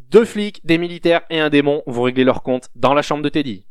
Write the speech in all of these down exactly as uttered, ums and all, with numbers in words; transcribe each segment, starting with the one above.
Deux flics, des militaires et un démon vont régler leur compte dans la chambre de Teddy.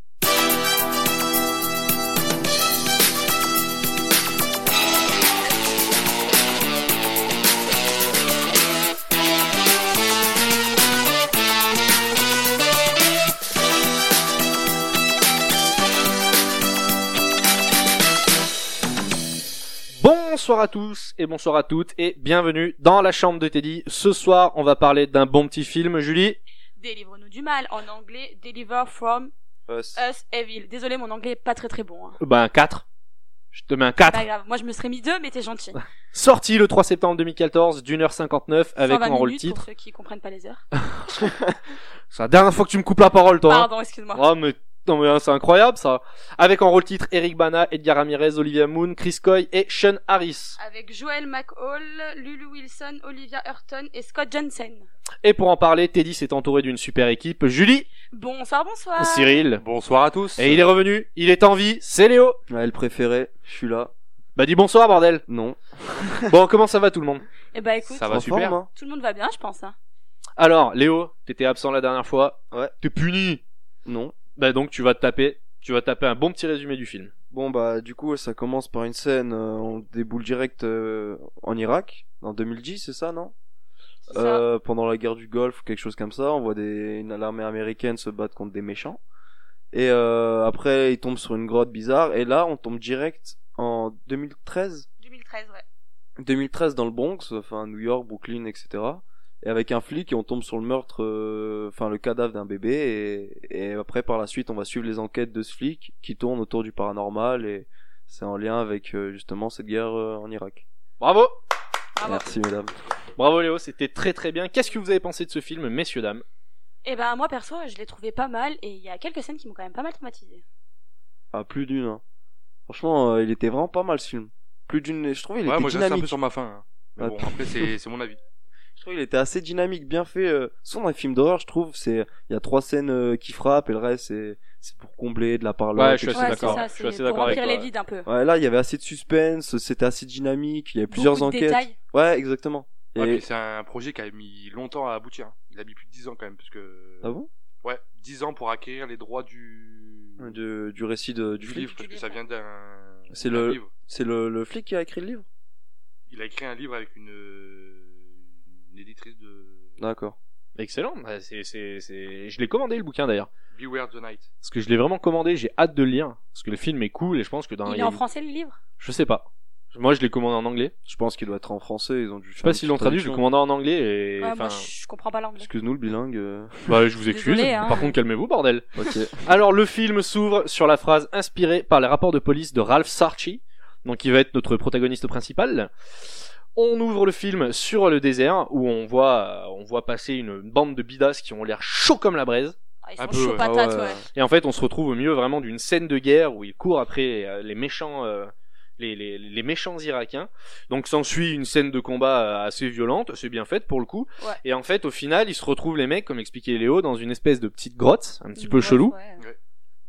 Bonsoir à tous et bonsoir à toutes et bienvenue dans la chambre de Teddy. Ce soir, on va parler d'un bon petit film, Julie. Délivre-nous du mal, en anglais, Deliver from Us. Us Evil. Désolé, mon anglais est pas très très bon. Hein. Ben quatre. Je te mets un quatre. Pas grave, moi je me serais mis deux, mais t'es gentil. Sorti le trois septembre deux mille quatorze d'une heure cinquante-neuf avec cent vingt en rôle minutes titre. pour ceux qui comprennent pas les heures. C'est la dernière fois que tu me coupes la parole, toi. Pardon, excuse-moi. Oh, mais non mais hein, c'est incroyable ça. Avec en rôle titre Eric Bana, Edgar Ramirez, Olivia Munn, Chris Coy et Sean Harris. Avec Joel McHall, Lulu Wilson, Olivia Hurton et Scott Johnson. Et pour en parler, Teddy s'est entouré d'une super équipe. Julie, Bonsoir, bonsoir. Cyril, Bonsoir à tous. et il est revenu, il est en vie, c'est Léo. Ouais, le préféré, je suis là. Bah dis bonsoir bordel. Non. Bon, comment ça va tout le monde? Eh bah écoute, Ça va En super. forme, hein. tout le monde va bien, je pense. Hein. Alors, Léo, t'étais absent la dernière fois. Ouais. T'es puni. Non. Bah donc tu vas te taper, tu vas taper un bon petit résumé du film. Bon bah du coup ça commence par une scène, euh, on déboule direct euh, en Irak, en deux mille dix, c'est ça, non? C'est ça. Euh, pendant la guerre du Golfe ou quelque chose comme ça, on voit des, une l'armée américaine se battre contre des méchants. Et euh, après ils tombent sur une grotte bizarre, et là on tombe direct en deux mille treize deux mille treize, ouais. deux mille treize dans le Bronx, enfin New York, Brooklyn, et cetera. Et avec un flic, et on tombe sur le meurtre, euh, enfin le cadavre d'un bébé, et, et après par la suite on va suivre les enquêtes de ce flic qui tourne autour du paranormal, et c'est en lien avec euh, justement cette guerre euh, en Irak. Bravo. Bravo. Merci mesdames. Bravo Léo, c'était très très bien. Qu'est-ce que vous avez pensé de ce film, messieurs dames? Eh ben moi perso, je l'ai trouvé pas mal et il y a quelques scènes qui m'ont quand même pas mal traumatisé. Ah, plus d'une. Hein. Franchement, euh, il était vraiment pas mal ce film. Plus d'une, je trouvais il Ouais, était moi j'ai resté un dynamique. peu sur ma fin. Hein. Mais Ah, bon, après c'est c'est mon avis. Je trouve il était assez dynamique, bien fait. Euh... Souvent dans les films d'horreur, je trouve, c'est il y a trois scènes euh, qui frappent et le reste c'est c'est pour combler de la parole. Ouais, je suis Ouais, assez c'est d'accord. ça, Je suis c'est assez pour d'accord avec remplir toi. les vides un peu. Ouais, là il y avait assez de suspense, c'était assez dynamique, il y avait plusieurs Beaucoup de enquêtes. détails. Ouais, exactement. Et... Ouais, puis c'est un projet qui a mis longtemps à aboutir. Hein. Il a mis plus de dix ans quand même, parce que. Ah bon? Ouais, dix ans pour acquérir les droits du. Du, du récit de, du du flic. livre, parce que ça vient d'un. C'est d'un le- livre. C'est le, le flic qui a écrit le livre? Il a écrit un livre avec une, une éditrice de. D'accord. Excellent. Bah, c'est c'est c'est. Je l'ai commandé le bouquin d'ailleurs. Beware the Night. Parce que je l'ai vraiment commandé. J'ai hâte de le lire parce que le film est cool et je pense que dans. Il est en français le livre? Je sais pas. Moi, je l'ai commandé en anglais. Je pense qu'il doit être en français, ils ont dû Je sais pas s'ils l'ont traduit. Je l'ai commandé en anglais et. Ouais, enfin. moi je comprends pas l'anglais. Excuse-nous le bilingue. euh. Bah, je vous excuse. Désolé, hein. Par contre, calmez-vous, bordel. Ok. Alors le film s'ouvre sur la phrase inspirée par les rapports de police de Ralph Sarchie, donc qui va être notre protagoniste principal. On ouvre le film sur le désert où on voit on voit passer une bande de bidasses qui ont l'air chauds comme la braise. Ah, ils Un sont peu, chauds ouais. patates, Ah ouais. ouais. Et en fait, on se retrouve au milieu vraiment d'une scène de guerre où ils courent après euh, les méchants euh, les, les, les méchants irakiens. Donc s'ensuit une scène de combat euh, assez violente, assez bien faite pour le coup. Ouais. Et en fait, au final, ils se retrouvent les mecs, comme expliquait Léo, dans une espèce de petite grotte, un petit Une peu grotte, chelou. ouais. Ouais.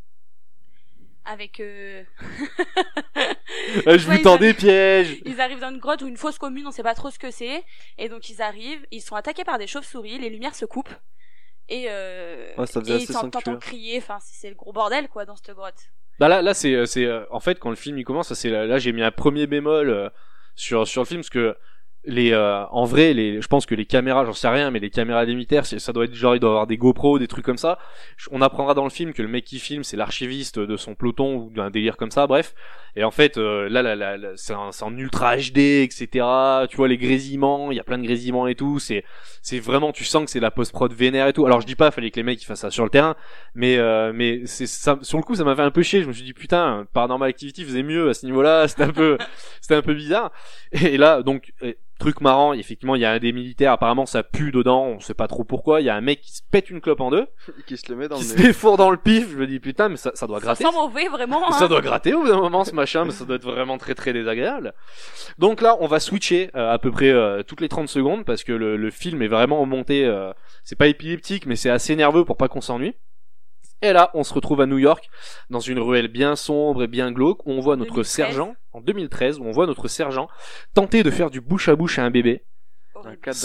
Avec euh... Euh, je Ouais, vous tends ils des arrivent- pièges. Ils arrivent dans une grotte ou une fosse commune, on sait pas trop ce que c'est. Et donc ils arrivent, ils sont attaqués par des chauves-souris, les lumières se coupent. Et euh... Ouais, ça faisait et assez t'en- t'entends sanctuaire. crier, enfin c'est le gros bordel quoi dans cette grotte. Bah là, là c'est, c'est, euh, en fait, quand le film il commence, c'est là, là j'ai mis un premier bémol euh, sur sur le film parce que les, euh, en vrai, les, je pense que les caméras, j'en sais rien, mais les caméras des militaires, c'est- ça doit être genre, il doit avoir des GoPro, des trucs comme ça. On apprendra dans le film que le mec qui filme, c'est l'archiviste de son peloton ou d'un délire comme ça, bref. Et en fait, euh, là, là, là, là, c'est, un, c'est en ultra H D, et cetera. Tu vois les grésillements, il y a plein de grésillements et tout. C'est, c'est vraiment, tu sens que c'est la post-prod vénère et tout. Alors je dis pas, fallait que les mecs ils fassent ça sur le terrain, mais, euh, mais c'est ça. Sur le coup, ça m'a fait un peu chier. Je me suis dit putain, Paranormal Activity faisait mieux à ce niveau-là. C'était un peu, c'était un peu bizarre. Et là, donc. Et, truc marrant, effectivement, il y a un des militaires, apparemment ça pue dedans, on sait pas trop pourquoi, il y a un mec qui se pète une clope en deux, Qui se le met dans qui le se nez. met fort dans le pif, je me dis putain, mais ça, ça doit Ça gratter. sent mauvais vraiment. Hein. Ça doit gratter au bout d'un moment ce machin, mais ça doit être vraiment très très désagréable. Donc là, on va switcher euh, à peu près euh, toutes les trente secondes parce que le, le film est vraiment monté, euh, c'est pas épileptique, mais c'est assez nerveux pour pas qu'on s'ennuie. Et là, on se retrouve à New York, dans une ruelle bien sombre et bien glauque, où on voit notre deux mille treize. sergent, en deux mille treize, où on voit notre sergent tenter de faire du bouche à bouche à un bébé. Horrible. cadavre. C'est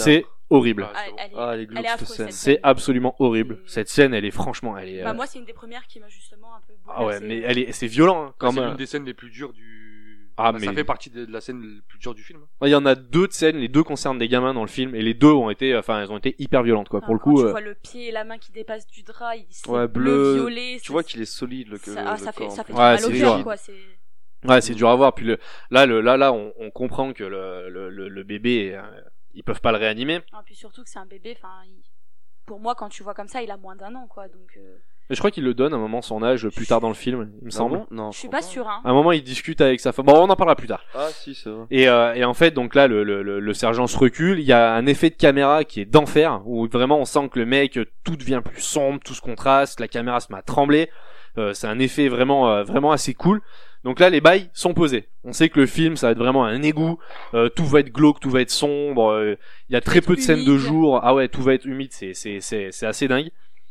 horrible. Ah, elle, est, Ah, elle est elle glauque, est cette affreuse, scène. cette C'est scène. absolument horrible. Et- Cette scène, elle est franchement, elle est. Bah euh, moi c'est une des premières qui m'a justement un peu Ah ouais, bouleversée. mais elle est, c'est violent hein, quand C'est même. l'une des scènes les plus dures du. Ah, Bah, mais- Ça fait partie de de la scène la plus dure du film. Il y en a deux de scènes, les deux concernent des gamins dans le film et les deux ont été, enfin, elles ont été hyper violentes quoi. Enfin, Pour le quand coup, tu euh, vois le pied et la main qui dépassent du drap, il c'est Ouais, bleu, bleu. violet. Tu c'est- vois qu'il est solide le, ça, le ah, ça fait corps. ça fait Ouais, mal c'est au dur. cœur quoi. C'est ouais, c'est dur à voir. Puis le, là, le, là, là, on, on comprend que le, le, le, le bébé, euh, ils peuvent pas le réanimer. et puis surtout que c'est un bébé. Enfin, il- pour moi quand tu vois comme ça, il a moins d'un an quoi. Donc euh, Mais je crois qu'il le donne à un moment son âge plus tard dans le film, il me Ah semble. bon Non. je suis crois pas sûre hein. À un moment, il discute avec sa femme. Bon, on en parlera plus tard. Ah si, c'est vrai. Et, euh, et en fait, donc là, le, le, le, le sergent se recule. Il y a un effet de caméra qui est d'enfer, où vraiment on sent que le mec, tout devient plus sombre, tout se contraste, la caméra se met à trembler. Euh, c'est un effet vraiment, euh, vraiment assez cool. Donc là, les bails sont posés. On sait que le film, ça va être vraiment un égout. Euh, tout va être glauque, tout va être sombre. euh, Il y a très être peu de scènes de humide. jour. Ah ouais, tout va être humide. C'est, c'est, c'est, c'est assez dingue.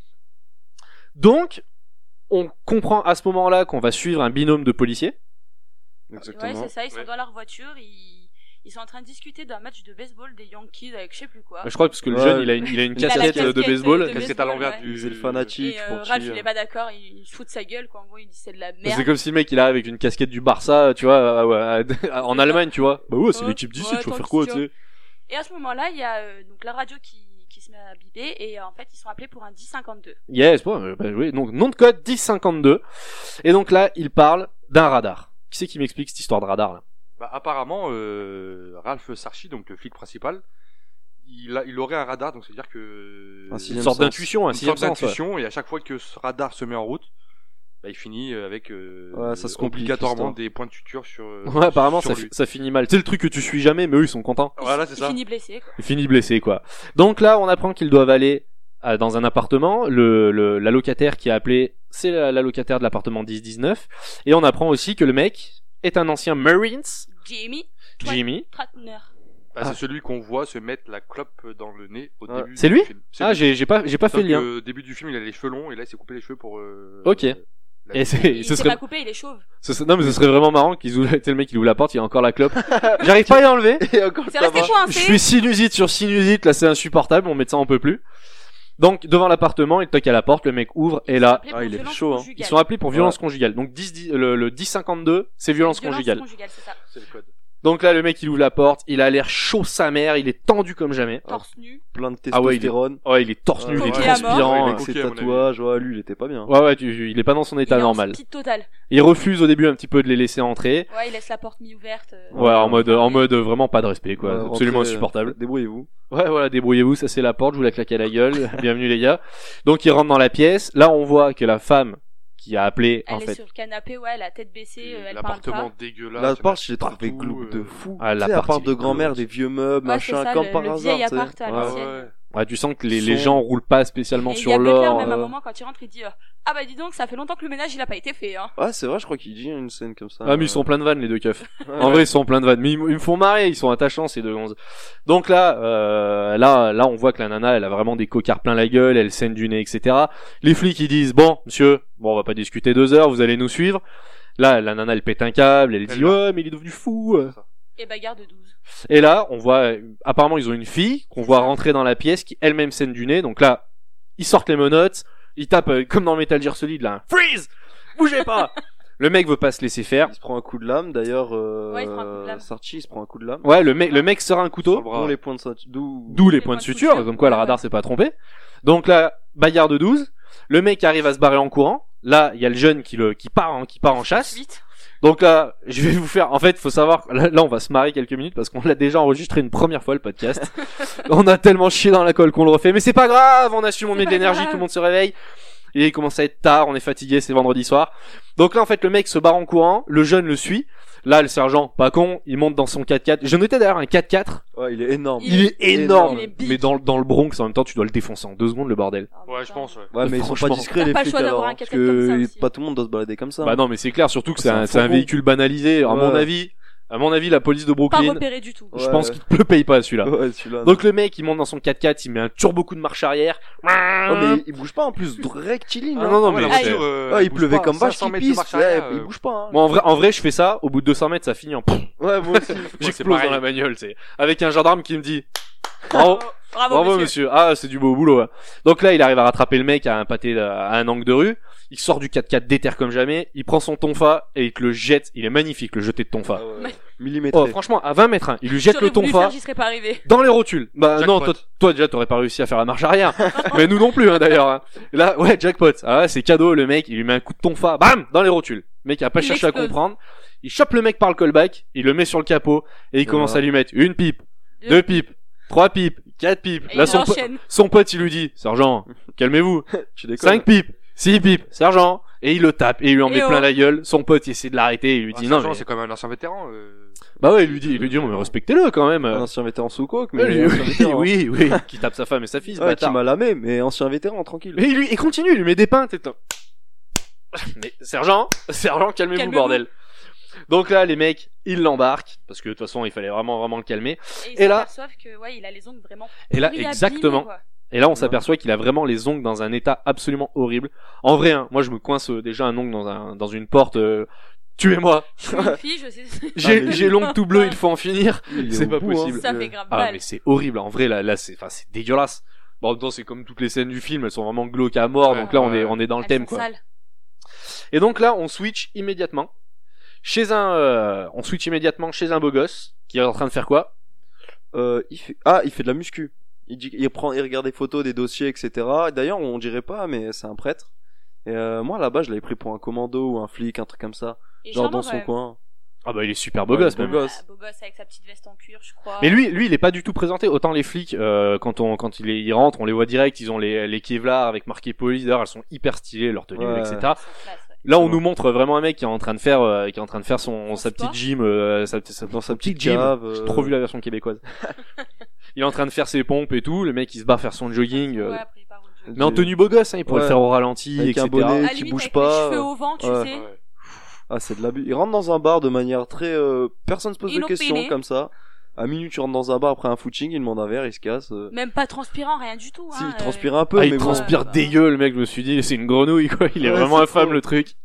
Donc, on comprend à ce moment-là qu'on va suivre un binôme de policiers. Exactement. Ouais c'est ça. Ils sont Ouais. dans leur voiture. Ils ils sont en train de discuter d'un match de baseball des Yankees avec je sais plus quoi. Je crois parce que le Ouais. jeune, il a une, il a une Il a la casquette de casquette baseball. de- Casquette à baseball, l'envers ouais. du. C'est le fanatique, Et euh, sportif. Ralph il est pas d'accord. Il, il se fout de sa gueule quoi. En gros il dit c'est de la merde. C'est comme si le mec il arrive avec une casquette du Barça, tu vois, à- à- à- en Allemagne, tu vois. Bah ouais, c'est Ouais, l'équipe d'ici, ouais, tu vas tant faire quoi, que tu sais. Et à ce moment-là, il y a euh, donc la radio qui, qui se met à biper et euh, en fait, ils sont appelés pour un dix cinquante-deux. Yes, bon, euh, bah oui, donc nom de code dix cinquante-deux. Et donc là, il parle d'un radar. Qui c'est qui m'explique cette histoire de radar là? Bah, apparemment, euh, Ralph Sarchi, donc le flic principal, il, a, il aurait un radar, donc c'est-à-dire que. Un Une sixième sorte sens. d'intuition, un une sixième sorte sens. ouais. d'intuition, et à chaque fois que ce radar se met en route, bah, il finit avec euh, Ouais, ça se complique, obligatoirement l'histoire. des points de suture sur. euh, Ouais, apparemment sur ça, lui. fi- ça finit mal. C'est le truc que tu suis jamais, mais eux ils sont contents. Voilà, c'est il ça. finit blessé. Quoi. Il finit blessé quoi. Donc là, on apprend qu'ils doivent aller à- dans un appartement. Le, le la locataire qui a appelé, c'est la, la locataire de l'appartement dix dix-neuf. Et on apprend aussi que le mec est un ancien Marines, Jamie Jimmy. Tratner. Bah, Ah. C'est celui qu'on voit se mettre la clope dans le nez au Ouais. début C'est du lui film. C'est Ah, lui. j'ai j'ai pas j'ai pas Sauf fait le lien. que, Au début du film, il a les cheveux longs et là, il s'est coupé les cheveux pour. euh, Ok. la- Et c'est, Il ce s'est serait, pas coupé, il est chauve. ce serait- non mais ce serait vraiment marrant qu'ils ouvrent, tu sais, le mec il ouvre la porte, il y a encore la clope. J'arrive pas à y enlever. Et encore C'est ça resté va. Je coincé. fais sinusite sur sinusite, là c'est insupportable, mon médecin en peut plus. Donc devant l'appartement, il toque à la porte, le mec ouvre et là, Appelé Ah, pour il est violence chaud, hein. conjugale. ils sont appelés pour violence Ouais. conjugale. Donc dix, dix- le, le dix cinquante-deux, c'est violence conjugale. c'est ça. C'est le code. Donc là le mec il ouvre la porte, il a l'air chaud sa mère, il est tendu comme jamais. Torse nu. Plein de Ah ouais, il est- testostérone. Ouais, il est torse nu, il est Coquet à mort. transpirant. Avec Ok, ses à mon avis. tatouages, ouais, lui il était pas bien. Ouais ouais, tu- il est pas dans son état il est normal. en speed total. Il refuse au début un petit peu de les laisser entrer. Ouais, il laisse la porte mi-ouverte. euh. Ouais, en mode en mode vraiment pas de respect quoi, Ouais, absolument rentrez, insupportable. euh, Débrouillez-vous. Ouais, voilà, débrouillez-vous, ça c'est la porte, je vous la claque à la gueule. Bienvenue les gars. Donc il rentre dans la pièce. Là, on voit que la femme qui a appelé, Elle en est fait, sur le canapé, ouais, la tête baissée, euh, elle parle L'appartement pas. dégueulasse. Là, il y en a part, je l'ai trouvé partout, glauque de euh, fou. Ah, Tu la sais, part, appart il de est grand-mère, glauque. des vieux meubles, Ouais, c'est machin, ça, comme le- par le hasard. vieil tu sais. appart à Ouais. l'ancienne. Ouais, ouais. ouais, tu sens que les, Son- les gens roulent pas spécialement Et il y sur a Butler, l'or. même à un euh. moment, quand il rentre, il dit euh, ah bah dis donc, ça fait longtemps que le ménage il a pas été fait. Hein. Ouais, c'est vrai, je crois qu'il dit une scène comme ça. Ah, mais ils sont pleins de vannes, les deux keufs. Ouais, En vrai, ils sont pleins de vannes. Mais ils, m- ils me font marrer, ils sont attachants, ces deux onze. Donc là, euh, là, là, on voit que la nana, elle a vraiment des cocards plein la gueule, elle saigne du nez, et cetera. Les flics, ils disent, bon, monsieur, bon, on va pas discuter deux heures, vous allez nous suivre. Là, la nana, elle pète un câble, elle dit, Elle va. ouais, mais il est devenu fou. C'est ça. Et bagarre de douze. Et là, on voit, euh, apparemment, ils ont une fille qu'on voit rentrer dans la pièce qui elle-même saigne du nez. Donc là, ils sortent les menottes, ils tapent euh, comme dans Metal Gear Solid là, freeze, bougez pas. Le mec veut pas se laisser faire. Il se prend un coup de lame, d'ailleurs, euh, Ouais, il se prend un coup de lame. Sarchi, il se prend un coup de lame. Ouais, le mec, le mec sort un couteau. Sur le bras. Dont les points de ceinture, d'où, D'où les points de suture, comme quoi le radar s'est pas trompé. Donc là, bagarre de douze. Le mec arrive à se barrer en courant. Là, il y a le jeune qui le, qui part, en, qui part en chasse. Vite. Donc là, je vais vous faire, en fait, faut savoir, là, là, on va se marrer quelques minutes parce qu'on l'a déjà enregistré une première fois le podcast. On a tellement chié dans la colle qu'on le refait, mais c'est pas grave, on assume, on C'est met de pas l'énergie, grave. tout le monde se réveille. Et il commence à être tard, on est fatigué, c'est vendredi soir. Donc là, en fait, le mec se barre en courant, le jeune le suit. Là, le sergent, pas con, il monte dans son quatre quatre. Je notais d'ailleurs un quatre quatre. Ouais, il est énorme. Il, est énorme. il est big. Mais dans, dans le Bronx, en même temps, tu dois le défoncer en deux secondes, le bordel. Ah, Ouais, putain. je pense, ouais. Ouais, mais ils sont pas Franchement. discrets, T'as les pas le flics, choix d'avoir alors, un parce quatre-quatre comme ça que aussi. pas tout le monde doit se balader comme ça. Bah non, mais c'est clair, surtout que c'est C'est un, un c'est un fourgon. véhicule banalisé. À mon Ouais. avis, À mon avis, la police de Pas Brooklyn, repéré du tout. je Ouais. pense qu'il ne le paye pas celui-là. Ouais, celui-là. Donc le mec, il monte dans son quatre-quatre, il met un turbo coup de marche arrière. Oh, mais il bouge pas en plus, rectiligne. Ah hein. non, non, Ouais, mais la c'est- voiture, euh, Ah, il bouge pleuvait pas. comme vache cinq cents qui mètres de pisse, marche ouais, arrière, il euh, bouge pas. Hein. Moi, en vrai, en vrai, je fais ça. Au bout de deux cents mètres, ça finit en. Ouais, moi aussi. J'explose pareil. dans la bagnole, c'est avec un gendarme qui me dit. Bravo, Bravo, bravo monsieur. monsieur. Ah, c'est du beau boulot. hein. Donc là, il arrive à rattraper le mec à un pâté, à un angle de rue. Il sort du quatre-quatre déter comme jamais. Il prend son tonfa et il te le jette. Il est magnifique le jeté de tonfa. Ah ouais. Mais- Millimétré. Oh, franchement, à vingt mètres, hein, il lui jette J'aurais le voulu le tonfa faire, j'y serais pas arrivé. dans les rotules. Bah Jackpot. non, toi, toi déjà t'aurais pas réussi à faire la marche arrière. Mais nous non plus hein, d'ailleurs. hein. Là, ouais, jackpot. Ah ouais, c'est cadeau. Le mec, il lui met un coup de tonfa, bam, dans les rotules. Le mec a pas Il cherché à explose. comprendre. Il chope le mec par le callback, il le met sur le capot et il Et commence voilà. à lui mettre une pipe, Deux deux pipes, trois pipes, quatre pipes. Et Là, il son, po- enchaîne. son pote, il lui dit, sergent, calmez-vous. Tu déconnes. Cinq pipes, six pipes, sergent. Et il le tape et il lui en Et met oh. plein la gueule. Son pote, il essaie de l'arrêter et il lui Ah, dit non Sergent, mais, c'est quand même un ancien vétéran. euh. bah ouais, il lui dit, il lui dit, mais respectez-le quand même. Un ancien vétéran sous coke, Ouais, mais lui, un ancien oui, vétéran. oui, oui, qui tape sa femme et sa fille, ce Ouais, qui bâtard. m'a lamé, mais ancien vétéran, tranquille. Et il lui, il continue, il lui met des pintes et tout. Mais, sergent, sergent, calmez-vous, Calmez-vous. bordel. Donc là, les mecs, ils l'embarquent, parce que de toute façon, il fallait vraiment, vraiment le calmer. Et ils Et là- s'aperçoivent que, ouais, il a les ongles vraiment Et là, pourris, exactement. abîmés, quoi. Et là, on s'aperçoit qu'il a vraiment les ongles dans un état absolument horrible. En vrai, hein, moi, je me coince euh, déjà un ongle dans un, dans une porte, euh, tuez-moi. Je suis une fille, je sais. J'ai, mais- j'ai l'ongle tout bleu, il faut en finir. Il est C'est au pas bout, hein. possible. Ça fait grave Ah, mal. mais c'est horrible. En vrai, là, là, c'est, enfin, c'est dégueulasse. Bon, en même temps, c'est comme toutes les scènes du film, elles sont vraiment glauques à mort, Ouais, donc là, on ouais. est, on est dans le Elles thème, sont quoi. sales. Et donc là, on switch immédiatement chez un, euh, on switch immédiatement chez un beau gosse qui est en train de faire quoi? Euh, il fait... Ah, il fait de la muscu. Il, dit... il prend, il regarde des photos, des dossiers, et cetera. D'ailleurs, on dirait pas, mais c'est un prêtre. Et euh, moi, là-bas, je l'avais pris pour un commando ou un flic, un truc comme ça. Et Genre charmant, dans quand son même. coin. Ah bah, il est super beau Ouais, gosse beau même. gosse. Ah, beau gosse avec sa petite veste en cuir, je crois. Mais lui, lui, il est pas du tout présenté. Autant les flics, euh, quand on, quand il, est, il rentre, on les voit direct. Ils ont les, les Kevlar avec marqué police. D'ailleurs, elles sont hyper stylées, leur tenue, Ouais. et cetera. Ils sont classe, ouais. Là, on Ouais. nous montre vraiment un mec qui est en train de faire, euh, qui est en train de faire son, Son sa sport. petite gym, euh, sa, sa, Dans sa petite gym. cave. J'ai euh, trop vu la version québécoise. Il est en train de faire ses pompes et tout. Le mec, il se barre faire son jogging. euh, Ouais, après, il part au jeu. mais en tenue beau gosse, hein, il pourrait Ouais. le faire au ralenti, Avec un et cetera. bonnet. À qui limite, bouge avec pas, les cheveux euh, au vent, tu ouais. sais. Ouais. Ah, c'est de l'abus. Il rentre dans un bar de manière très... Euh... Personne se pose de Inopiné. questions comme ça. À minuit, tu rentres dans un bar après un footing, il demande un verre, il se casse. euh. Même pas transpirant, rien du tout. Si, hein, il euh, transpire un peu, Ah, mais il bon. transpire bah. dégueu, le mec, je me suis dit, c'est une grenouille, quoi. Il est Ouais, vraiment c'est infâme, trop. le truc.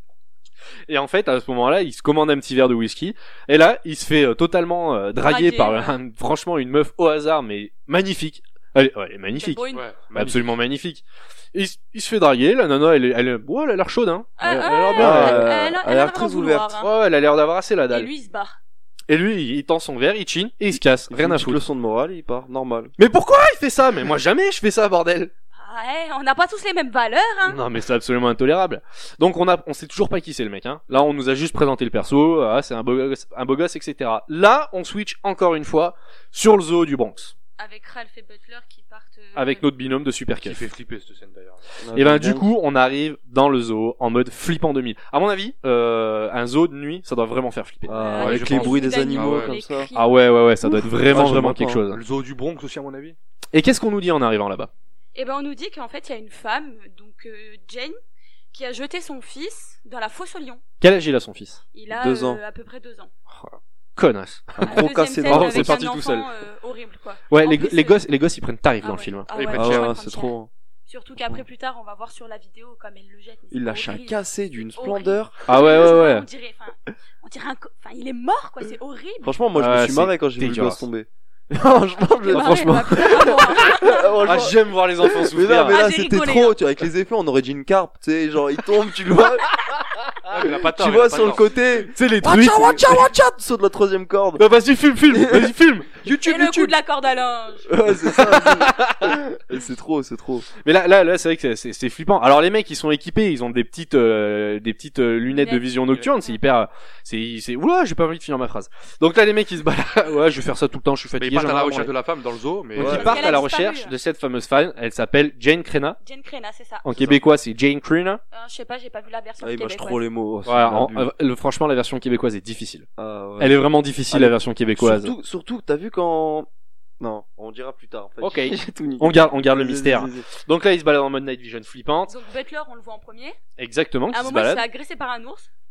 Et en fait, à ce moment-là, il se commande un petit verre de whisky. Et là, il se fait euh, totalement euh, draguer Draguer, par, ouais. un- franchement, une meuf au hasard, mais magnifique. Elle, est- ouais, elle est magnifique. Belle brune. Ouais, Mais absolument magnifique. Il, s- il se fait draguer, la nana, elle, est- elle, est- ouais, elle a l'air chaude, hein. Ah, Elle, elle a ouais, l'air bien. Ah, elle. euh, elle, elle, elle a elle l'air a l'air très vouloir, ouverte. hein. Ouais, elle a l'air d'avoir assez la Et dalle. lui, il se barre. Et lui, il, il tend son verre, il chine, et il se casse. Il fait Rien une à petite foutre. leçon de morale, il part, normal. Mais pourquoi il fait ça? Mais moi, jamais je fais ça, bordel. Ah, ouais, on n'a pas tous les mêmes valeurs, hein. Non, mais c'est absolument intolérable. Donc on a, on sait toujours pas qui c'est le mec, hein. Là, on nous a juste présenté le perso, ah, c'est un beau gosse, un beau gosse, et cetera. Là, on switch encore une fois sur le zoo du Bronx. Avec Ralph et Butler qui partent. euh, Avec notre binôme de super Qui keuf. fait flipper cette scène d'ailleurs. Et ben, du coup, on arrive dans le zoo en mode flippant deux mille. À mon avis, euh, un zoo de nuit, ça doit vraiment faire flipper. Ah, Ouais, avec je les pense. bruits des d'animaux, animaux ouais. comme les ça. cris. Ah ouais, ouais, ouais, ça doit être vraiment, Ah, j'aime vraiment pas. quelque chose. Le zoo du Bronx aussi à mon avis. Et qu'est-ce qu'on nous dit en arrivant là-bas? Et ben on nous dit qu'en fait il y a une femme, donc euh, Jane, qui a jeté son fils dans la fosse au lion. Quel âge il a son fils? Il a Deux euh, ans. à peu près deux ans. Connasse. Un La gros deuxième cassé scène dans Oh, avec c'est parti un tout enfant, seul. euh, horrible quoi. Ouais, En les, plus, les euh, gosses, les gosses, ils prennent tarif ah dans le ouais. film. hein. Ah Ils ouais, prennent Ah cher. ouais, ouais, c'est cher. trop. Surtout qu'après plus tard on va voir sur la vidéo comme elle le jette. mais Il c'est lâche un horrible. cassé d'une C'est horrible. splendeur. Ah ouais, ouais, ouais. On dirait, enfin, on dirait un, co- enfin il est mort quoi, c'est horrible. Franchement, moi, je Ah, me suis c'est marré quand j'ai vu le dégueulasse. gosse tomber. Franchement, je- T'es marré, franchement. bah, putain, ah bon, hein. Ah, j'aime voir les enfants Mais souffrir. non, mais Ah, là, j'ai c'était rigolé, trop, hein. tu vois, avec les effets, on aurait dit une carpe, tu sais, genre, il tombe, tu le vois, Ah, il a pas tort, tu il a vois pas sur le tort. côté. Tu sais, les trucs. Watcha, watcha, watcha, saut de la troisième corde. Bah, vas-y, filme, filme, vas-y, filme. YouTube, Et le coup YouTube. de la corde à linge. Ouais, c'est ça. c'est- Et c'est trop, c'est trop. Mais là, là, là, c'est vrai que c'est- c'est c'est flippant. Alors, les mecs, ils sont équipés, ils ont des petites, euh, des petites euh, lunettes de Lunettes. vision nocturne. C'est hyper, c'est, c'est, oula, j'ai pas envie de finir ma phrase. Donc là, les mecs, ils se baladent. Ouais, je vais faire ça tout le temps, je suis Mais fatigué. ils partent j'en à ai la marre, recherche ouais. de la femme dans le zoo, mais Donc, Ouais. ils partent Elle à a la disparu, recherche hein. de cette fameuse femme. Elle s'appelle Jane Crena. Jane Crena, c'est ça. En C'est québécois, c'est Jane Crena. Euh, je sais pas, j'ai pas vu la version Ah, il mâche québécoise. trop les mots. oh, c'est Ouais, en- de l'abus. euh, le- franchement, la version québécoise est difficile. Ah, ouais. Elle est vraiment difficile, Allez. la version québécoise. Surtout, surtout, t'as vu quand... Non, on dira plus tard, en fait. Ok. J'ai tout niqué. On garde, on garde le Vas-y, mystère. vas-y, vas-y. Donc là, il se balade en mode night vision flippante. Donc Butler, on le voit en premier. Exactement, À qui un se moment, il se balade. fait agresser par un ours.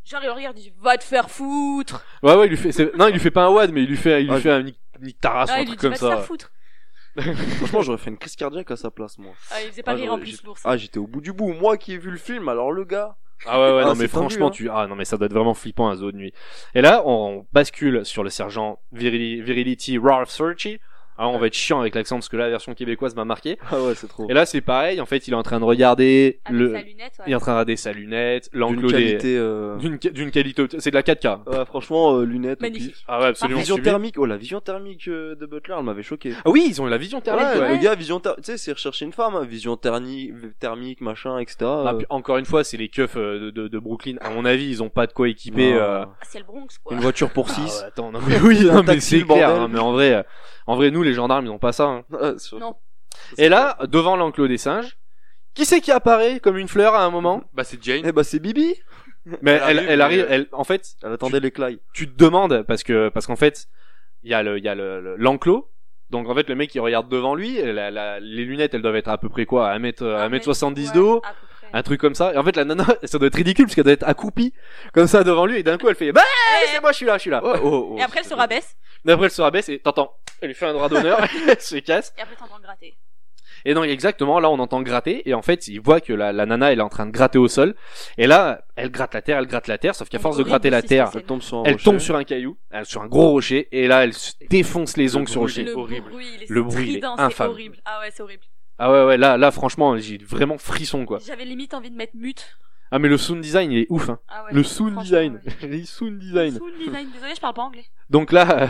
Genre, il le regarde, il dit, va te faire foutre. Ouais, ouais, il lui fait, c'est- non, il lui fait pas un wad, mais il lui fait, il lui Ah, fait un Nick, Nick Taras ou Ah, un il lui truc dit, comme va te faire ça. foutre. Franchement, j'aurais fait une crise cardiaque à sa place, moi. Ah, il faisait pas Ah, rire en j'aurais- plus, j'ai- l'ours. Ah, j'étais au bout du bout. Moi qui ai vu le film, alors le gars. Ah ouais, ouais, Ah, non, c'est mais tendu, franchement, hein. tu, ah non, mais ça doit être vraiment flippant un zoo de nuit. Et là, on bascule sur le sergent Virili- Virility Ralph Searchy. Alors, on va être chiant avec l'accent parce que là, la version québécoise m'a marqué. Ah ouais, c'est trop. Et là, c'est pareil. En fait, il est en train de regarder Avec le, sa lunette, ouais. il est en train de regarder sa lunette, D'une l'enclos des, qualité. Euh... d'une, d'une qualité, c'est de la quatre K. Ouais, franchement, euh, lunettes. au Magnifique. pif. Ah ouais, absolument. Vision sublime. thermique. Oh, la vision thermique euh, de Butler, elle m'avait choqué. Ah oui, ils ont la vision thermique. Ouais, ouais. le gars, vision thermique. Tu sais, c'est rechercher une femme, hein. Vision thermique, thermique, machin, et cetera. Ah, euh, puis encore une fois, c'est les keufs euh, de, de, de Brooklyn. À mon avis, ils ont pas de quoi équiper. non. euh, Ah, c'est le Bronx, quoi. Une voiture pour Ah six. ouais, attends, non mais oui, Un non, mais taxi, c'est le clair. bordel. hein, mais en vrai, euh, en vrai, nous les gendarmes, ils ont pas ça. Hein. Ah, sur- Non. Et là, devant l'enclos des singes, qui c'est qui apparaît comme une fleur à un moment? Bah, c'est Jane. Eh bah, c'est Bibi. Mais Elle elle, arrive, elle arrive, mais- elle, en fait, Elle attendait l'éclail. tu te demandes parce que parce qu'en fait, il y a le, il y a le, le- l'enclos. Donc en fait, le mec il regarde devant lui. La, la- les lunettes, elles doivent être à peu près quoi, à un mètre, à un mètre soixante-dix Ouais, de haut. à peu près. Un truc comme ça. Et en fait, la nana, ça doit être ridicule parce qu'elle doit être accroupie comme ça devant lui. Et d'un coup, elle fait, bah, Ouais. c'est moi, je suis là, je suis là. Oh, oh, oh. Et après, elle se rabaisse. Et après, elle se rabaisse et t'entends. Elle lui fait un droit d'honneur. Elle se casse. Et après, t'entends gratter. Et donc exactement, là on entend gratter et en fait il voit que la, la nana elle est en train de gratter au sol et là elle gratte la terre, elle gratte la terre, sauf qu'à Elle force de horrible gratter la aussi, terre, cette Elle tombe sur un elle rocher. tombe sur un caillou, euh, sur un gros rocher et là elle se défonce les Le ongles sur le bruit, rocher. Le horrible. bruit, il est Le bruit, il est strident, c'est infâme. horrible. Ah ouais, c'est horrible. Ah ouais ouais là là franchement j'ai vraiment frisson quoi. J'avais limite envie de mettre mute. Ah mais le sound design il est ouf hein. Ah ouais. Le sound franchement, design, ouais. le sound design. Sound design. Désolé, je parle pas anglais. Donc là, euh,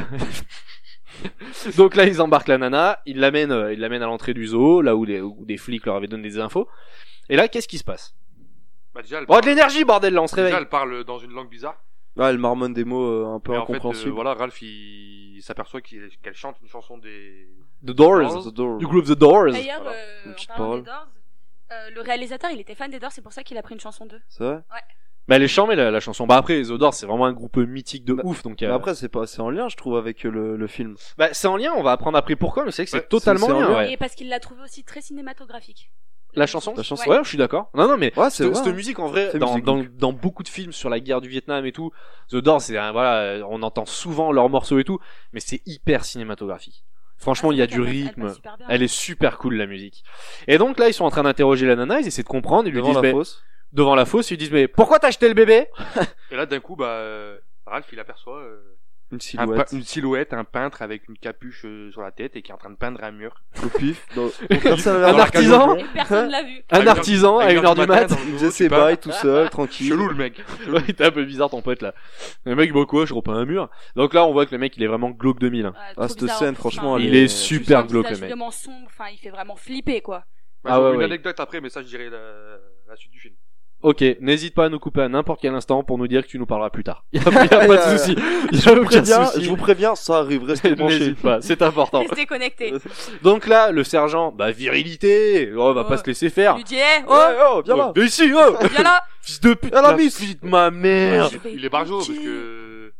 donc là ils embarquent la nana, ils l'amènent, euh, ils l'amènent à l'entrée du zoo, là où, les, où des flics leur avaient donné des infos. Et là qu'est-ce qui se passe? Bah, déjà, elle Oh de parle, l'énergie bordel là on se réveille. déjà, elle parle dans une langue bizarre. Ah, elle marmonne des mots euh, un peu Mais en fait, euh, incompréhensibles. voilà, Ralph, il, il s'aperçoit qu'il- qu'elle chante une chanson des... The Doors, The Doors. du groupe The Doors. D'ailleurs, Voilà. euh, Une en petite parlant parole. des Doors, euh, le réalisateur, il était fan des Doors, c'est pour ça qu'il a pris une chanson d'eux. C'est vrai? Bah elle est charmée la, la chanson. Bah après The Doors c'est vraiment un groupe mythique de Bah, ouf donc. Mais euh, après, c'est pas, c'est en lien, je trouve, avec euh, le, le film. Bah c'est en lien, on va apprendre après pourquoi, mais c'est que c'est Ouais, totalement c'est- c'est en lien. lien. Ouais. Et parce qu'il l'a trouvé aussi très cinématographique. La chanson. La chanson. Ouais, je suis d'accord. Non non mais Ouais, c'est cette, vrai. cette hein. musique en vrai C'est dans, musique, dans, donc. dans beaucoup de films sur la guerre du Vietnam et tout, The Doors c'est un, voilà, euh, on entend souvent leurs morceaux et tout, mais c'est hyper cinématographique. Franchement, Ah, il y a c'est du vrai qu'elle passe- rythme. Elle, passe super bien. Elle est super cool la musique. Et donc là ils sont en train d'interroger la nana, ils essaient de comprendre, ils lui Devant disent la mais, fosse. devant la fosse, ils lui disent mais pourquoi t'as acheté le bébé? Et là, d'un coup, bah, euh, Ralph, il aperçoit euh, Une un silhouette. pe- une silhouette, un peintre avec une capuche euh, sur la tête et qui est en train de peindre un mur. Au pif. Dans... Personne avait Un remarqué. artisan. Et personne l'a vu. Un À une heure- artisan à à une une heure heure du du matin, mat. dans le Il bureau, faisait tu ses peins. bails tout seul, tranquille. Chelou, le mec. Ouais, il était un peu bizarre ton pote là. Le mec, bah quoi, je repeins un mur. Donc là, on voit que le mec, il est vraiment glauque deux mille. hein. Ouais, Ah, trop cette bizarre, scène, en plus, franchement, enfin, Il elle est est- super tu sens un glauque le visage mec. vraiment sombre, enfin, il fait vraiment flipper, quoi. Bah, Ah j'ai ouais, une ouais. anecdote après, mais ça, je dirais la, la suite du film. Ok, n'hésite pas à nous couper à n'importe quel instant pour nous dire que tu nous parleras plus tard. Y a, y a pas de souci. Y Je a vous aucun préviens, souci. je vous préviens, ça arrive, restez branchés. N'hésite pas, c'est important. Restez connectés. Donc là, le sergent, bah virilité, oh, va Oh. pas se laisser faire. Il lui dit, eh, oh, Ouais, oh, viens là. Viens ici, oh, viens là. fils de pute, Ah, la la miss. fille de ma mère. Je vais Il est barjot, niquer. parce que...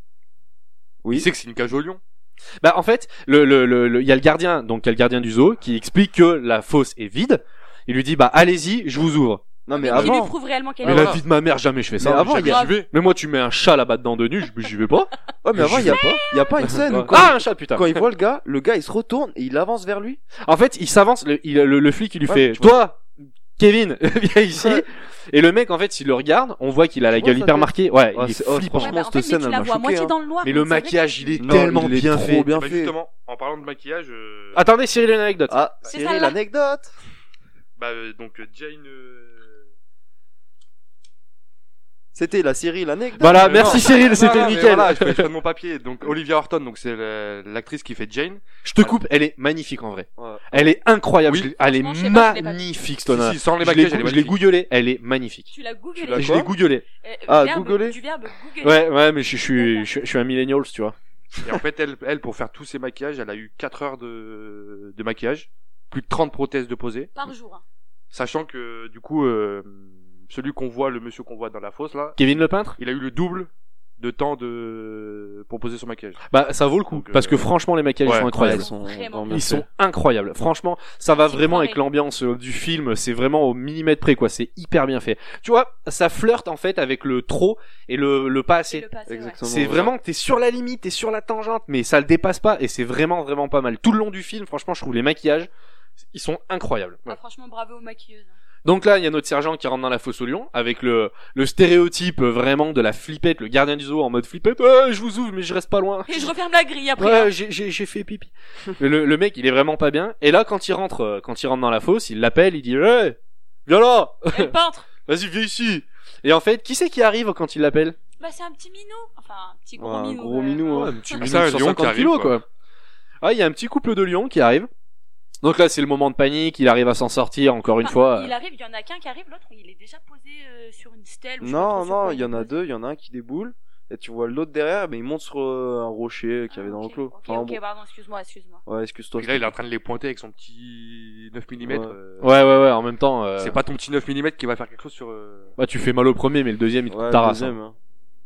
Oui. Il sait que c'est une cage au lion. Bah en fait, le le le le- il y a le gardien, donc il y a le gardien du zoo qui explique que la fosse est vide. Il lui dit bah allez-y, je vous ouvre. Non, mais Qui lui avant. prouve réellement qu'elle Mais est la morte. vie de ma mère, jamais je fais ça. Mais avant, jamais il y a- j'y vais. Mais moi, tu mets un chat là-bas dedans de nu, je- j'y vais pas. Ouais, mais avant, il y a pas, il y a pas une scène où quand, Ah, un chat, putain. quand il voit le gars, le gars, il se retourne et il avance vers lui. En fait, il s'avance, le, il- le, le flic, il lui Ouais, fait, tu vois. toi, Kevin, viens ici. Ouais. Et le mec, en fait, s'il le regarde, on voit qu'il a la Tu vois gueule sa hyper tête marquée. Ouais, Ah, il est c'est- oh, flippant. Ouais, franchement, bah, en cette fait, mais scène, tu elle la m'a vois à choqué, moitié hein. dans le noir. Mais donc le c'est vrai maquillage, il est Non, tellement il est bien trop fait. bien Bah, fait. justement, en parlant de maquillage, euh, Attendez, Cyril, une anecdote. Ah, C'est Cyril, celle-là. l'anecdote. bah, euh, donc, euh, Jane, euh, C'était la série, l'anecdote. Voilà, Euh, merci non. Cyril, Non, c'était non, mais nickel. Voilà, je fais, je fais de mon papier. Donc, Olivia Horton, donc c'est la- l'actrice qui fait Jane. Je te coupe, elle est magnifique en vrai. Ouais. Elle est incroyable. Oui. Je l'ai- Elle est Franchement, je sais pas, je l'ai pas vu. magnifique, Si, Stona. si, sans les Je l'ai maquillages, elle est je l'ai magnifique. googlé, elle est magnifique. Tu l'as googlé. l'as Je quoi l'ai googlé. Euh, Ah, verbe- googler. Du verbe googler. Ouais, ouais, mais je, je suis, je, suis- je suis un millennials, tu vois. Et en fait, elle, elle, pour faire tous ses maquillages, elle a eu quatre heures de, de maquillage, plus de trente prothèses de posées, Par jour. hein. sachant que, du coup, euh, celui qu'on voit, le monsieur qu'on voit dans la fosse, là, Kevin le peintre? il a eu le double de temps de pour poser son maquillage. Bah ça vaut le coup Donc, euh, parce que franchement les maquillages ouais, sont incroyables. ils sont Vraiment. vraiment bien Ils sont faits. incroyables. Franchement, ça va C'est vraiment pareil. avec l'ambiance euh, du film. C'est vraiment au millimètre près, quoi. C'est hyper bien fait. Tu vois, ça flirte en fait avec le trop et le, le pas Et assez. le passé, ouais. Exactement. C'est ouais. vraiment, t'es sur la limite, t'es sur la tangente, mais ça le dépasse pas et c'est vraiment, vraiment pas mal. Tout le long du film, franchement, je trouve les maquillages, ils sont incroyables. Ah, franchement, bravo aux maquilleuses. Donc là, il y a notre sergent qui rentre dans la fosse au lion avec le, le stéréotype euh, vraiment de la flippette, le gardien du zoo en mode flippette. Ouais, je vous ouvre, mais je reste pas loin. Et je referme la grille après. Ouais, hein. j'ai, j'ai, j'ai fait pipi. le, le mec, il est vraiment pas bien. Et là, quand il rentre, euh, quand il rentre dans la fosse, il l'appelle, il dit, hey, viens là, Et le peintre. vas-y, viens ici. Et en fait, qui c'est qui arrive quand il l'appelle? Bah, c'est un petit minou. Enfin, un petit gros Ouais, un minou. gros euh, minou, Ouais, hein. un petit Ah, minou c'est un de lion cent cinquante qui arrive, kilos, quoi. quoi. Ah, il y a un petit couple de lions qui arrive. Donc là, c'est le moment de panique, il arrive à s'en sortir, encore une Enfin, fois. Il arrive, il y en a qu'un qui arrive, l'autre, il est déjà posé euh, sur une stèle. ou je sais pas Non, trop sur non, quoi il y en est a posé. deux, il y en a un qui déboule, et tu vois l'autre derrière, mais il monte sur euh, un rocher qu'il y avait Ah, dans ok. le clos. Ok, Enfin, ok, bon. pardon, excuse-moi, excuse-moi. Ouais, excuse-toi. Et là, il est en train de les pointer avec son petit neuf millimètres. Ouais. euh, Ouais, ouais, ouais, en même temps, euh, C'est pas ton petit neuf millimètres qui va faire quelque chose sur. euh, bah, tu fais mal au premier, mais le deuxième, il te Ouais, coûte ta le race. deuxième, hein.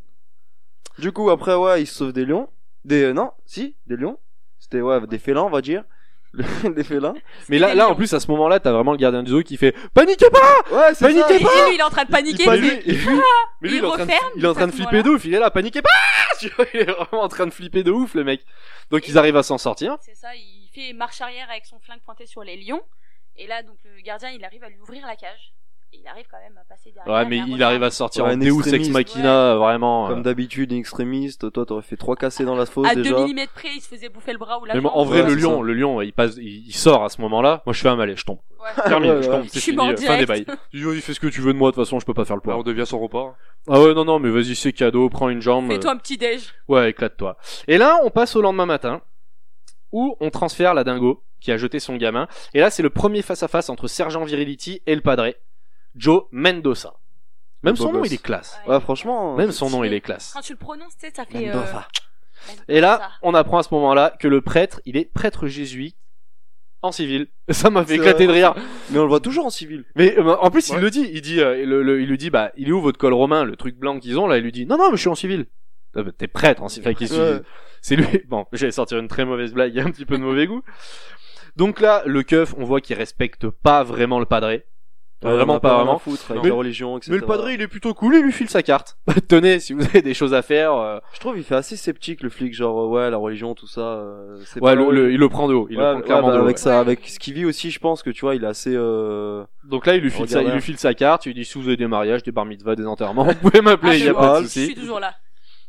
Du coup, après, ouais, il se sauve des lions. Des, euh, non, si, des lions. C'était, ouais, des félins, on va dire. des félins. Mais là, des là, en lions. plus, à ce moment-là, t'as vraiment le gardien du zoo qui fait paniquez pas! Ouais, c'est Paniquez ça. Et lui, il est en train de paniquer. Pas il lui, fait, et lui, mais lui, il il est en train de, referme, il est en train de à ce flipper de moment-là. ouf. Il est là, paniquez pas! Tu vois, il est vraiment en train de flipper de ouf, le mec. Donc, ils arrivent à s'en sortir. C'est ça, il fait marche arrière avec son flingue pointé sur les lions. Et là, donc, le gardien, il arrive à lui ouvrir la cage. Et il arrive quand même à passer derrière. Ouais, mais et à il refermer. arrive à sortir Ouais, en un Deus Ex extrémiste. Machina, vraiment. Comme euh. d'habitude, une extrémiste. Toi, t'aurais fait trois cassés dans la fosse À deux déjà. millimètres près, il se faisait bouffer le bras ou la Mais jambe. moi, en vrai, Ouais, le c'est lion, ça. le lion, il passe, il, il sort à ce moment-là. Moi, je fais un malais, je tombe. Ouais. Terminé, Ouais, je ouais. tombe, c'est Je suis fini, mort euh, fin des direct. bails. Il dit, oh, il fait ce que tu veux de moi, de toute façon, je peux pas faire le Là, poids. on devient son repas. Ah ouais, non, non, mais vas-y, c'est cadeau, prends une jambe. Fais-toi un petit déj. Ouais, éclate-toi. Et là, on passe au lendemain matin, où on transfère la dingo, qui a jeté son gamin. Et là, c'est le premier face-à-face entre Sergent Virility et le padré, Joe Mendoza. Même Le son beau nom, gosse. il est classe. Ouais, franchement. Même son nom, stylé. il est classe. Quand tu le prononces, tu sais, ça fait. Euh... Mendoza. Et là, on apprend à ce moment-là que le prêtre, il est prêtre jésuite en civil. Ça m'a fait C'est éclater de vrai. rire. Mais on le voit toujours en civil. Mais euh, en plus, il Ouais. le dit. Il dit, euh, le, le- il lui dit, bah, il est où votre col romain, le truc blanc qu'ils ont là. Il lui dit, non, non, mais je suis en civil. Ah, bah, t'es prêtre en civil. Enfin, qu'est-ce que Ouais. tu- C'est lui. Bon, j'allais sortir une très mauvaise blague, il y a un petit peu de mauvais goût. Donc là, le keuf, on voit qu'il respecte pas vraiment le padré. Ouais, vraiment on a pas rien à vraiment. foutre avec Mais- la religion, et cetera. Mais le padré, il est plutôt cool, il lui file sa carte. Tenez, si vous avez des choses à faire. euh, Je trouve il fait assez sceptique le flic, genre euh, ouais la religion tout ça. Euh, c'est Ouais, pas le, la le- il le prend de haut. Il Ouais, le prend ouais, clairement bah, de haut. avec ouais. ça, Ouais. avec ce qu'il vit aussi, je pense que tu vois, il est assez. Euh... Donc là, il lui file sa, il Regarde lui là. file sa carte. Il lui dit si vous avez des mariages, des bar mitzvahs, des enterrements, vous pouvez m'appeler, Ah, il y a je pas vois, de Je souci. suis toujours là.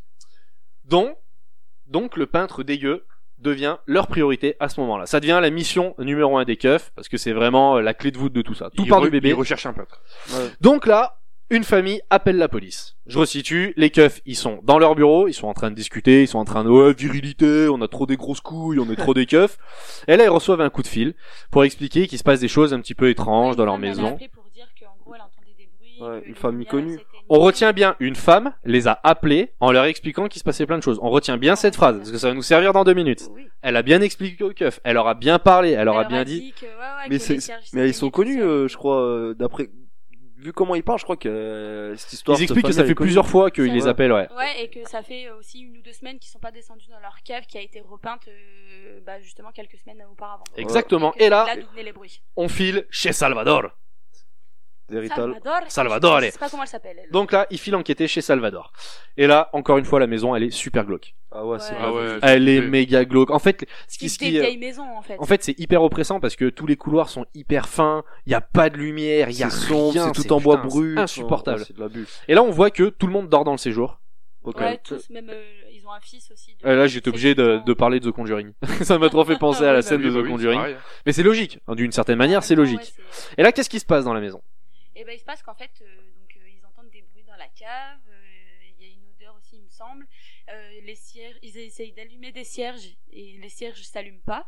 Donc, donc le peintre dégueu devient leur priorité à ce moment-là. Ça devient la mission numéro un des keufs parce que c'est vraiment euh, la clé de voûte de tout ça. Tout il part re- du bébé. Il recherche un peintre. Ouais. Donc là, une famille appelle la police. Je resitue, les keufs, ils sont dans leur bureau, ils sont en train de discuter, ils sont en train de ouais, virilité, on a trop des grosses couilles, on est trop des keufs. Et là, ils reçoivent un coup de fil pour expliquer qu'il se passe des choses un petit peu étranges dans leur Elle a maison. appelé pour dire qu'en gros, elle entendait des bruits. Ouais, que une les famille lumières connue. s'éteignaient. On retient bien, une femme les a appelés en leur expliquant qu'il se passait plein de choses. On retient bien cette phrase, parce que ça va nous servir dans deux minutes. Oui. Elle a bien expliqué au keuf, elle leur a bien parlé, elle leur a Elle bien aura dit. que, ouais, ouais, Mais que c'est, les cierges mais ils sont s'éteignaient connus, tout seuls. euh, je crois, euh, d'après. Vu comment ils parlent, je crois que euh, cette histoire. Ils cette expliquent que famille, ça elle fait est connue. plusieurs fois qu'ils Ça les va. appellent, ouais. Ouais, et que ça fait aussi une ou deux semaines qu'ils sont pas descendus dans leur cave qui a été repeinte, euh, bah, justement quelques semaines auparavant. Exactement. que Et c'est là, là d'où venaient les bruits. on file chez Salvador. Zerital. Salvador. Salvador, Je sais pas comment elle s'appelle. Elle. Donc là, il file enquêter chez Salvador. Et là, encore une fois, la maison, elle est super glauque. Ah ouais, c'est Ouais. vrai. Ah ouais. Elle est Ouais. méga glauque. En fait, ce qui, ce c'est des qui, euh, vieilles maisons en fait. en fait, c'est hyper oppressant parce que tous les couloirs sont hyper fins. Il y a pas de lumière, il y a C'est sombre, rien, c'est tout en bois putain, brut. c'est insupportable. Ouais, c'est de l'abus. Et là, on voit que tout le monde dort dans le séjour. Ok. Ouais, tous, même euh, ils ont un fils aussi. De... Et là, j'étais obligé de, sept de ans. parler de The Conjuring. Ça m'a trop fait penser à la Oui, scène Oui, de bah The oui, c'est Conjuring. pareil. Mais c'est logique. D'une certaine manière, c'est Ouais, logique. c'est- Et là, qu'est-ce qui se passe dans la maison? Et ben il se passe qu'en fait, euh, donc euh, ils entendent des bruits dans la cave. euh, Il y a une odeur aussi, il me semble. Euh, les cierges, ils essayent d'allumer des cierges et les cierges s'allument pas.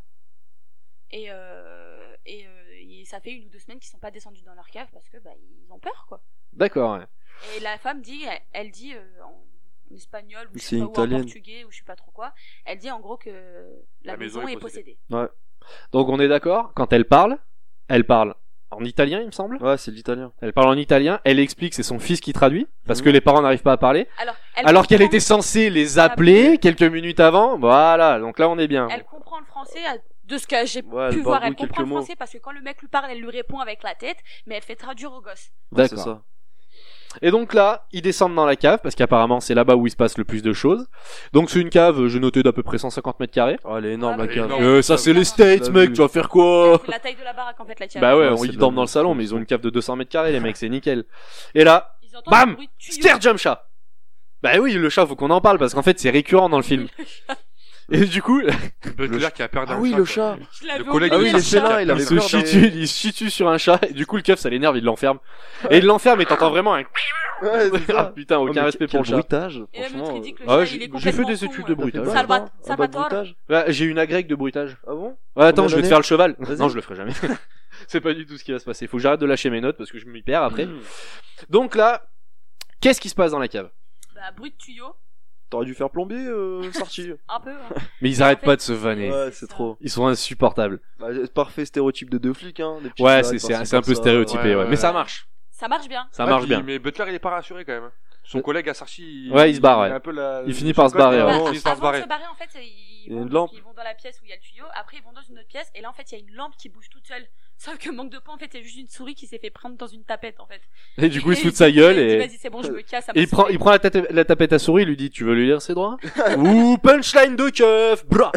Et euh, et, euh, et ça fait une ou deux semaines qu'ils sont pas descendus dans leur cave parce que bah ils ont peur quoi. D'accord, ouais. Et la femme dit, elle, elle dit euh, en, en espagnol ou je C'est sais pas, ou en italienne. portugais ou je sais pas trop quoi. Elle dit en gros que la, La maison, maison est est possédée. Donc on est d'accord, quand elle parle, elle parle en italien, il me semble. Ouais, c'est l'italien. Elle parle en italien. Elle explique c'est son fils qui traduit parce Mhm. que les parents n'arrivent pas à parler. Alors, elle Alors qu'elle comprend- était censée les appeler quelques minutes avant. Voilà, donc là on est bien. Elle comprend le français, à- de ce que j'ai Ouais, pu elle voir, barbouille elle comprend quelques le mots. français parce que quand le mec lui parle, elle lui répond avec la tête, mais elle fait traduire au gosse. Ouais, c'est D'accord. ça. Et donc là, ils descendent dans la cave parce qu'apparemment c'est là-bas où il se passe le plus de choses. Donc c'est une cave, euh, j'ai noté d'à peu près cent cinquante mètres carrés. Oh, elle est énorme, Ouais, la mais cave. énorme. Euh, ça c'est les States, Je l'ai mec, vu. tu vas faire quoi? C'est la taille de la baraque en fait, la cave. Bah ouais, Ouais, on- c'est ils de dorment la- dans le salon, mais ils ont une cave de deux cents mètres carrés, les mecs, c'est nickel. Et là, Ils entendent bam le bruit de tuyau. scare jump chat. Bah oui, le chat, faut qu'on en parle parce qu'en fait c'est récurrent dans le film. Et du coup, Butler qui a peur d'un Ah oui, chat, le quoi. chat. Je l'avais Le collègue- Ah oui, oublié, il est le chat. félin, il il avait se peur chie des- dessus, il se chie dessus sur un chat, et du coup le keuf ça l'énerve, il l'enferme. Et il l'enferme et t'entends vraiment un... Ouais, c'est Ah ça. putain, aucun Oh, mais respect quel pour le chat. bruitage, Et même franchement. l'autre, il dit que le Ah ouais, chat, il est j'ai- j'ai fait complètement des con, études ouais. de T'as fait bruitage. pas Salvat- ça, un bac de Salvatore. bruitage Bah, j'ai une agrègue de bruitage. Ah bon? Ouais, attends, Combien je vais te d'années faire le cheval. Vas-y. Non, je le ferai jamais. C'est pas du tout ce qui va se passer. Faut que j'arrête de lâcher mes notes parce que je m'y perds après. Donc là, qu'est-ce qui se passe dans la cave? Bah, bruit de tuyau, T'aurais dû faire plombier, euh, Sarchi. un peu. hein. Mais ils En arrêtent fait, pas de se vanner. Ouais, c'est c'est ça. trop. Ils sont insupportables. Bah, parfait stéréotype de deux flics, hein. Des petites Ouais, blagues c'est c'est un, par-ci, c'est un peu par-ça. stéréotypé, Ouais, ouais. ouais, Mais ça ouais. marche. Ça marche bien. Ça Ouais, marche puis- bien. Mais Butler, il est pas rassuré quand même. Son collègue à Sarchi, Ouais, il se barre, ouais. a un peu la- Il finit son par se collègue, barrer, euh, ouais. Bah, il finit par se avant de barrer. se barrer, en fait, ils Il y a vont, une donc, lampe. ils vont dans la pièce où il y a le tuyau. Après, ils vont dans une autre pièce. Et là, en fait, il y a une lampe qui bouge toute seule. Sauf que manque de peau, en fait, c'est juste une souris qui s'est fait prendre dans une tapette, en fait. Et du coup, il se Et fout de sa gueule il dit, et... Vas-y, c'est bon, je me casse. ça m'a Et il prend, saoulé. il prend la, tête- la tapette à souris, il lui dit, tu veux lui lire ses droits? Ou punchline de keuf, bra.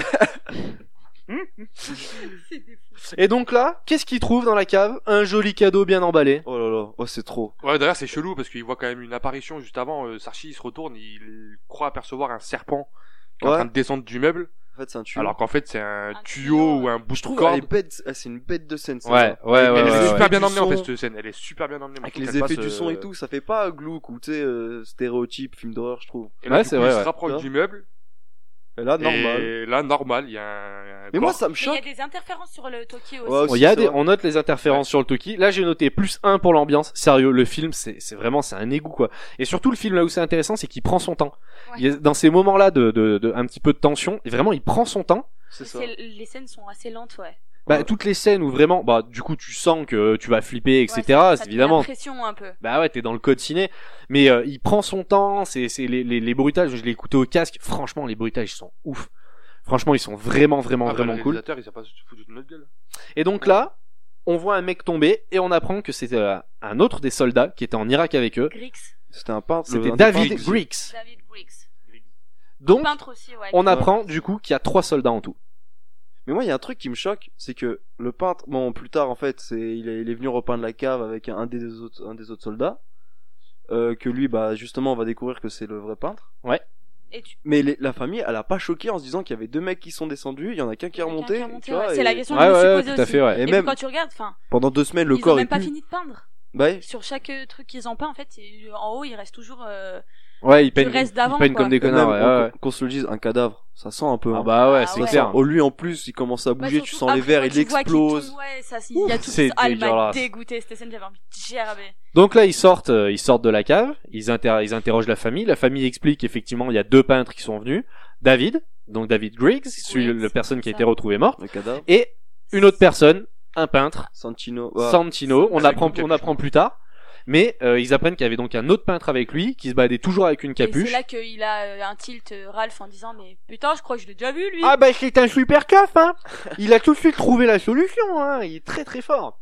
C'est des fous. Et donc là, qu'est-ce qu'il trouve dans la cave? Un joli cadeau bien emballé. Oh là là, oh c'est trop. Ouais, d'ailleurs, c'est chelou parce qu'il voit quand même une apparition juste avant. Euh, Sarchi, il se retourne, il croit apercevoir un serpent qui est en Ouais. train de descendre du meuble. En fait, c'est un tuyau. Alors qu'en fait, c'est un, Un tuyau tuyau, ou un bout je de trouve corde. elle est bête, ah, c'est une bête de scène. ça, Ouais, là. ouais, Mais ouais, elle est ouais, super ouais. bien Du emmenée en son. fait cette scène, elle est super bien emmenée. Avec Faut les qu'elle effets passe, du son euh, et tout, ça fait pas glauque ou tu sais, euh, stéréotype, film d'horreur, je trouve. Et là, Ouais, du c'est coup, vrai, il ouais. se rapproche Ouais. du meuble. Et là, normal. Et là, normal, il y a un. un Mais moi, corps. ça me Mais il y a choque. des interférences sur le Toki aussi. Ouais, Bon, il y a c'est des, vrai. on note les interférences sur le Toki. Là, j'ai noté plus un pour l'ambiance. Sérieux, le film, c'est, c'est vraiment, c'est un égout, quoi. Et surtout, le film, là où c'est intéressant, c'est qu'il prend son temps. Ouais. Il y a, dans ces moments-là de, de, de, un petit peu de tension, et vraiment, il prend son temps. C'est ça. C'est- Les scènes sont assez lentes, ouais. Bah, Ouais. toutes les scènes où vraiment, bah, du coup, tu sens que tu vas flipper, et cetera. Ouais, ça- ça c'est te met évidemment. la pression un peu. Bah ouais, t'es dans le code ciné. Mais, euh, il prend son temps, c'est, c'est les, les, les bruitages, je l'ai écouté au casque. Franchement, les bruitages, ils sont ouf. Franchement, ils sont vraiment, vraiment, Ah, bah, vraiment le cool. réalisateur, il s'est pas foutu de notre gueule. Et donc là, on voit un mec tomber, et on apprend que c'était euh, un autre des soldats qui était en Irak avec eux. Grix. C'était un peintre. C'était un des David peintres. Griggs. David Grix. Donc, Peintre aussi, ouais. on apprend du coup qu'il y a trois soldats en tout. Mais moi, il y a un truc qui me choque, c'est que le peintre, bon, plus tard, en fait, c'est, il est, il est venu repeindre la cave avec un des autres, un des autres soldats, euh, que lui, bah, justement, on va découvrir que c'est le vrai peintre. Et tu... Mais les- la famille, elle a pas choqué en se disant qu'il y avait deux mecs qui sont descendus, il y en a qu'un qui est Quelqu'un remonté. qui a remonté, tu vois, ouais. et C'est la question Ouais, que je me ouais, suis ouais, posée tout à aussi. fait, ouais. Et Et même- puis quand tu regardes, enfin, Pendant deux semaines, le ils ont corps même est pas plus. fini de peindre. Bah, ouais. Sur chaque euh, truc qu'ils ont peint, en fait, c'est- en haut, il reste toujours. euh, Ouais, ils peignent, reste ils d'avant, peignent quoi. comme des Et connards, même, ouais, on- ouais. qu'on se le dise, un cadavre, ça sent un peu. Ah hein. bah ouais, Ah c'est ouais. clair. Oh, lui, en plus, il commence à bah, bouger, tu surtout sens les après, verres, quand il tu vois qu'il explose. tourne, Ouais, ça, il y a tout c'est ça. Ah, il m'a dégueulasse. dégoûté cette scène, j'avais envie de gerber. Donc là, ils sortent, euh, ils sortent de la cave, ils, inter- ils interrogent la famille. La famille explique qu'effectivement, il y a deux peintres qui sont venus. David, donc David Griggs, celui, Griggs, la personne qui a ça. été retrouvée morte, Le cadavre. et une autre personne, un peintre, Santino. Ouais. Santino. On Avec apprend, une capuche. on apprend plus tard. Mais euh, ils apprennent qu'il y avait donc un autre peintre avec lui qui se baladait toujours avec une Et capuche. c'est là qu'il a euh, un tilt, euh, Ralph, en disant, mais putain, je crois que je l'ai déjà vu, lui. Ah bah c'est un super keuf, hein. Il a tout de suite trouvé la solution, hein. Il est très très fort.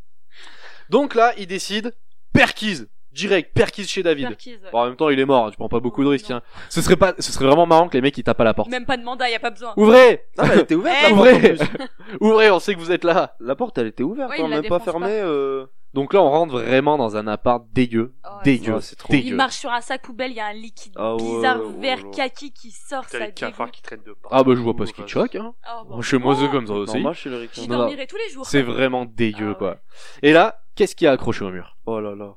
Donc là, il décide perquise, direct perquise chez David. Perquise, ouais. Bon, en même temps, il est mort, tu prends pas beaucoup de Oh, risques. non. Hein. Ce serait pas, ce serait vraiment marrant que les mecs ils tapent à la porte. Même pas de mandat, y a pas besoin. Ouvrez, Ah, mais elle était ouverte, Eh, la porte, en ouvrez, plus. ouvrez, on sait que vous êtes là. La porte, elle était ouverte, Ouais, hein, il la même pas défonce fermée. pas. Euh... Donc là, on rentre vraiment dans un appart dégueu, Oh, ouais, dégueu, Ouais, c'est trop. dégueu. Il marche sur un sac poubelle, il y a un liquide Ah ouais, bizarre ouais, ouais, vert ouais. kaki qui sort, T'as ça les cafards dégoûte. qui traînent de partout. Ah bah je vois pas ce qui te choque. Hein. Oh, bon. Chez moi c'est Oh, comme ça aussi. Normal chez le Rick. J'y Non, non. dormirai tous les jours. C'est vraiment dégueu Ah ouais. quoi. Et là, qu'est-ce qui a accroché au mur? Oh là là.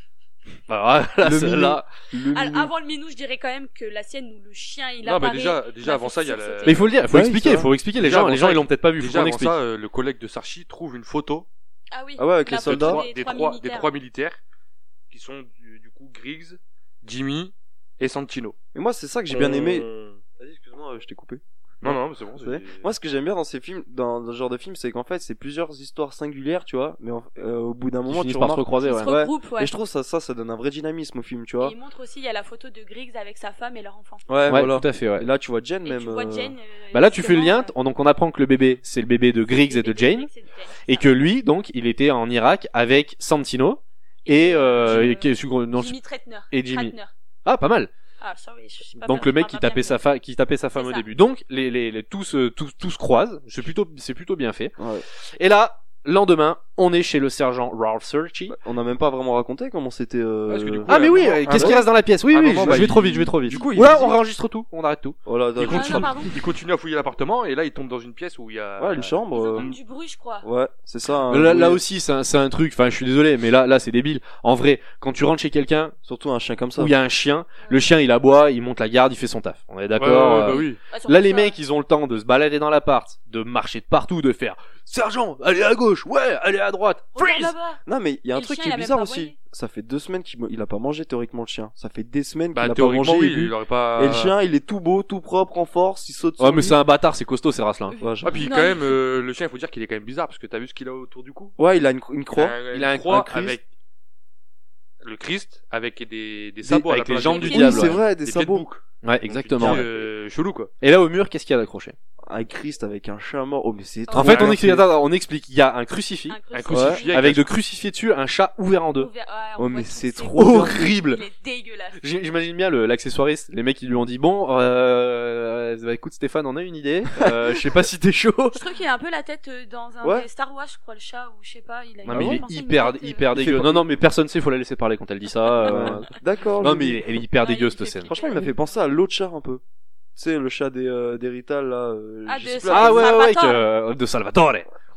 Alors là, Le celle-là. Le Alors, minou. avant le minou, je dirais quand même que la sienne où le chien il Non, mais apparaît. déjà, m'a déjà avant fait ça, il y a sursauter. la- Mais il faut le dire, il faut Ouais, expliquer, ça il va. faut expliquer. Les Déjà, gens, avant les gens ça, ils l'ont peut-être pas vu. Faut Déjà qu'on avant explique. ça, euh, le collègue de Sarchi trouve une photo Ah oui. Ah ouais, avec La les photo soldats. trois- des des, trois trois, des militaires. trois militaires qui sont du, du coup Griggs, Jimmy et Santino. Mais moi, c'est ça que j'ai bien Euh, aimé. Vas-y, excuse-moi, euh, je t'ai coupé. Non, non, mais c'est bon. Ouais. c'est- Moi, ce que j'aime bien dans ces films, dans, dans ce genre de film, c'est qu'en fait, c'est plusieurs histoires singulières, tu vois, mais en- euh, au bout d'un Ils moment, tu finissent par se remarques. recroiser, Ils ouais. se regroupent, ouais. Et je trouve ça, ça, ça donne un vrai dynamisme au film, tu vois. Et il montre aussi, il y a la photo de Griggs avec sa femme et leur enfant. Ouais, Ouais, voilà. tout à fait, ouais. Et là, tu vois Jen Et même. tu vois euh, Jane. euh, Bah là, tu fais le lien, justement, t- donc on apprend que le bébé, c'est le bébé de euh, Griggs et le de bébé Jane, Griggs et de Jane, et ça. que lui, donc, il était en Irak avec Santino et euh, Jim- et qui est sur- non, Jimmy Tretner. et Jimmy. Tretner. Ah, pas mal. Ah, sorry, je sais pas Donc bien, le je mec parle qui pas bien tapait sa bien. fa... qui tapait sa femme C'est au ça. début. Donc les les, les tous euh, tous tous se croisent, c'est plutôt c'est plutôt bien fait. ouais. Et là, lendemain, on est chez le sergent Ralph Searchy. Bah, on a même pas vraiment raconté comment c'était. Euh... Parce que du coup, Ah mais à un oui, moment- euh, à un qu'est-ce qui moment- reste dans la pièce? Oui à un oui, moment, je, bah, je vais il- trop vite, je vais trop vite. Du coup, il Oula, dit- on enregistre tout, on arrête tout. Voilà, Il d'accord. Ah, continue, non, pardon. il continue à fouiller l'appartement et là il tombe dans une pièce où il y a. Ouais, une chambre. Ils euh, entendent du bruit, je crois. Ouais, c'est ça. un Là, là bruit- aussi, c'est un, c'est un truc. Enfin, je suis désolé, mais là, là, c'est débile. En vrai, quand tu rentres chez quelqu'un Surtout un chien comme ça. où il y a un chien, le chien il aboie, il monte la garde, il fait son taf. On est Ouais, d'accord. ouais, euh, bah oui. Ouais, surtout Là, les ça. mecs, ils ont le temps de se balader dans l'appart, de marcher de partout, de faire sergent, allez à gauche, ouais, allez à droite, Regarde freeze. là-bas. Non, mais il y a un Et le truc chien, qui il est a même bizarre pas aussi. aboyé. Ça fait deux semaines qu'il il a pas mangé théoriquement le chien. Ça fait des semaines qu'il Bah a pas théoriquement mangé. oui, lui. il aurait pas. Et le chien, il est tout beau, tout propre, en force, il saute sur Ouais, mais lui. c'est un bâtard, c'est costaud, c'est racelin. Ouais, genre- Ah puis Non, quand il- même euh, le chien il faut dire qu'il est quand même bizarre parce que t'as vu ce qu'il a autour du cou. Ouais, il a une, une croix. Il a un- croix un Christ. avec le Christ avec des des sabots à avec la les place jambes des du pieds. Oui, diable, c'est ouais. vrai, des Des pieds de sabots. bouc. Ouais, Donc, exactement. tu te dis, euh, chelou quoi. Et là, au mur, qu'est-ce qu'il y a d'accroché? Un Christ avec un chat mort. Oh, mais c'est En trop En fait, on bien explique, fait. attends, on explique. Il y a un crucifix, Un Un crucifix. crucifix avec de un- crucifiés dessus, un chat ouvert en deux. Ouvert- ouais, on Oh, voit mais tout, c'est trop beau. horrible. Il est dégueulasse. J'- J'imagine bien le l'accessoiriste, les mecs ils lui ont dit bon, euh, bah, écoute Stéphane, on a une idée. Euh, je sais pas si t'es chaud. Je trouve qu'il a un peu la tête euh, dans un Ouais. des Star Wars, je crois, le chat, ou je sais pas. Il a Non une- mais il est pensé une hyper tête, euh, hyper Il fait dégueu. pas- Non non mais personne sait, faut la laisser parler quand elle dit ça. euh. D'accord. Non je mais dis. elle est- elle est hyper Ouais, dégueu il cette fait scène. flipper. Franchement, il m'a fait penser à l'autre chat un peu. Tu sais, le chat des, euh, des Rital, là. euh, Ah, je de sais plus ça. la- Ah ouais ouais, ouais Salvatore. que- de Salvatore.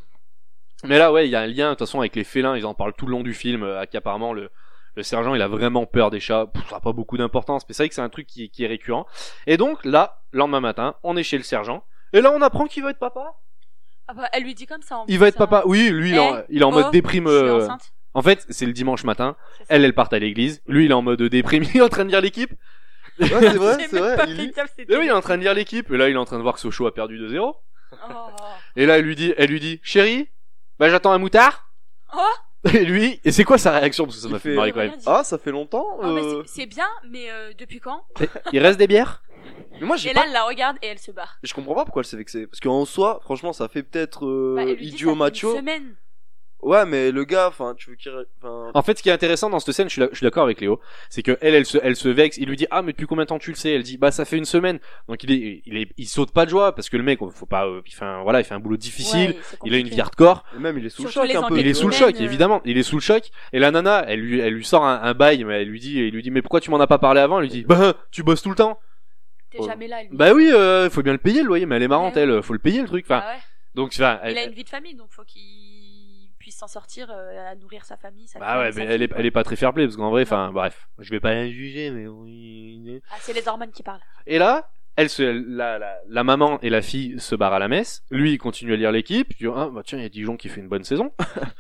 Mais là ouais, il y a un lien de toute façon avec les félins, ils en parlent tout le long du film, euh, qu'apparemment le le sergent il a vraiment peur des chats. Pff, ça a pas beaucoup d'importance, mais c'est vrai que c'est un truc qui, qui est récurrent. Et donc là, lendemain matin, on est chez le sergent. Et là on apprend qu'il va être papa. Ah bah, elle lui dit comme ça. en Il plus, va être hein. papa. Oui, lui il est en, Eh, il est en oh, mode déprime. Je suis euh, enceinte. En fait, c'est le dimanche matin. C'est ça. Elle, elle part à l'église. Lui, il est en mode déprime. Il est en train de lire l'équipe. Ouais, c'est vrai, J'ai c'est même vrai. pas Il fait lit. gaffe, c'était- Et oui, il est en train de lire l'équipe. Et là, il est en train de voir que Sochaux a perdu deux zéro. Oh. Et là, elle lui dit, elle lui dit, chérie, bah, j'attends un moutard. Oh. Et lui, et c'est quoi sa réaction? Parce que ça Il m'a fait fait- marrer quand même. Ah, ça fait longtemps. Oh, mais euh, c'est- c'est bien, mais euh, depuis quand? Et il reste des bières? Mais moi, j'ai Et pas. là, elle la regarde et elle se barre. Je comprends pas pourquoi elle s'est vexée. Parce qu'en soi, franchement, ça fait peut-être euh, Bah, elle lui dit, idiot ça fait macho. Une semaine. Ouais, mais le gars, enfin, tu veux qu'il. ré- Enfin. En fait, ce qui est intéressant dans cette scène, je suis, là- je suis d'accord avec Léo, c'est que elle, elle se, elle se vexe. Il lui dit, ah, mais depuis combien de temps tu le sais? Elle dit, bah, ça fait une semaine. Donc il est, il est, il saute pas de joie parce que le mec, faut pas, euh, il fait un, voilà, il fait un boulot difficile. Ouais, c'est Il a une compliqué. vie hardcore. Et même, il est sous le Surtout choc les un peu. Il est sous le Humaine, choc, euh. évidemment. Il est sous le choc. Et la nana, elle lui, elle lui sort un, un bail, mais elle lui dit, il lui dit, mais pourquoi tu m'en as pas parlé avant? Elle lui dit, bah, tu bosses tout le temps. T'es jamais là, lui. Bah oui, euh, faut bien le payer le loyer, mais elle est marrante, Ouais. elle, faut le payer le truc. Enfin, Ah ouais. donc, enfin, elle, Il a une vie de famille, donc faut qu'il puisse s'en sortir euh, à nourrir sa famille. Sa bah femme, ouais, sa mais fille, elle est, quoi. elle est pas très fair play, parce qu'en vrai, enfin, bref, je vais pas la juger, mais oui. Ah, c'est les hormones qui parlent. Et là, elle se, la, la, la maman et la fille se barrent à la messe. Lui, il continue à lire l'équipe. Il dit, ah, bah tiens, il y a Dijon qui fait une bonne saison.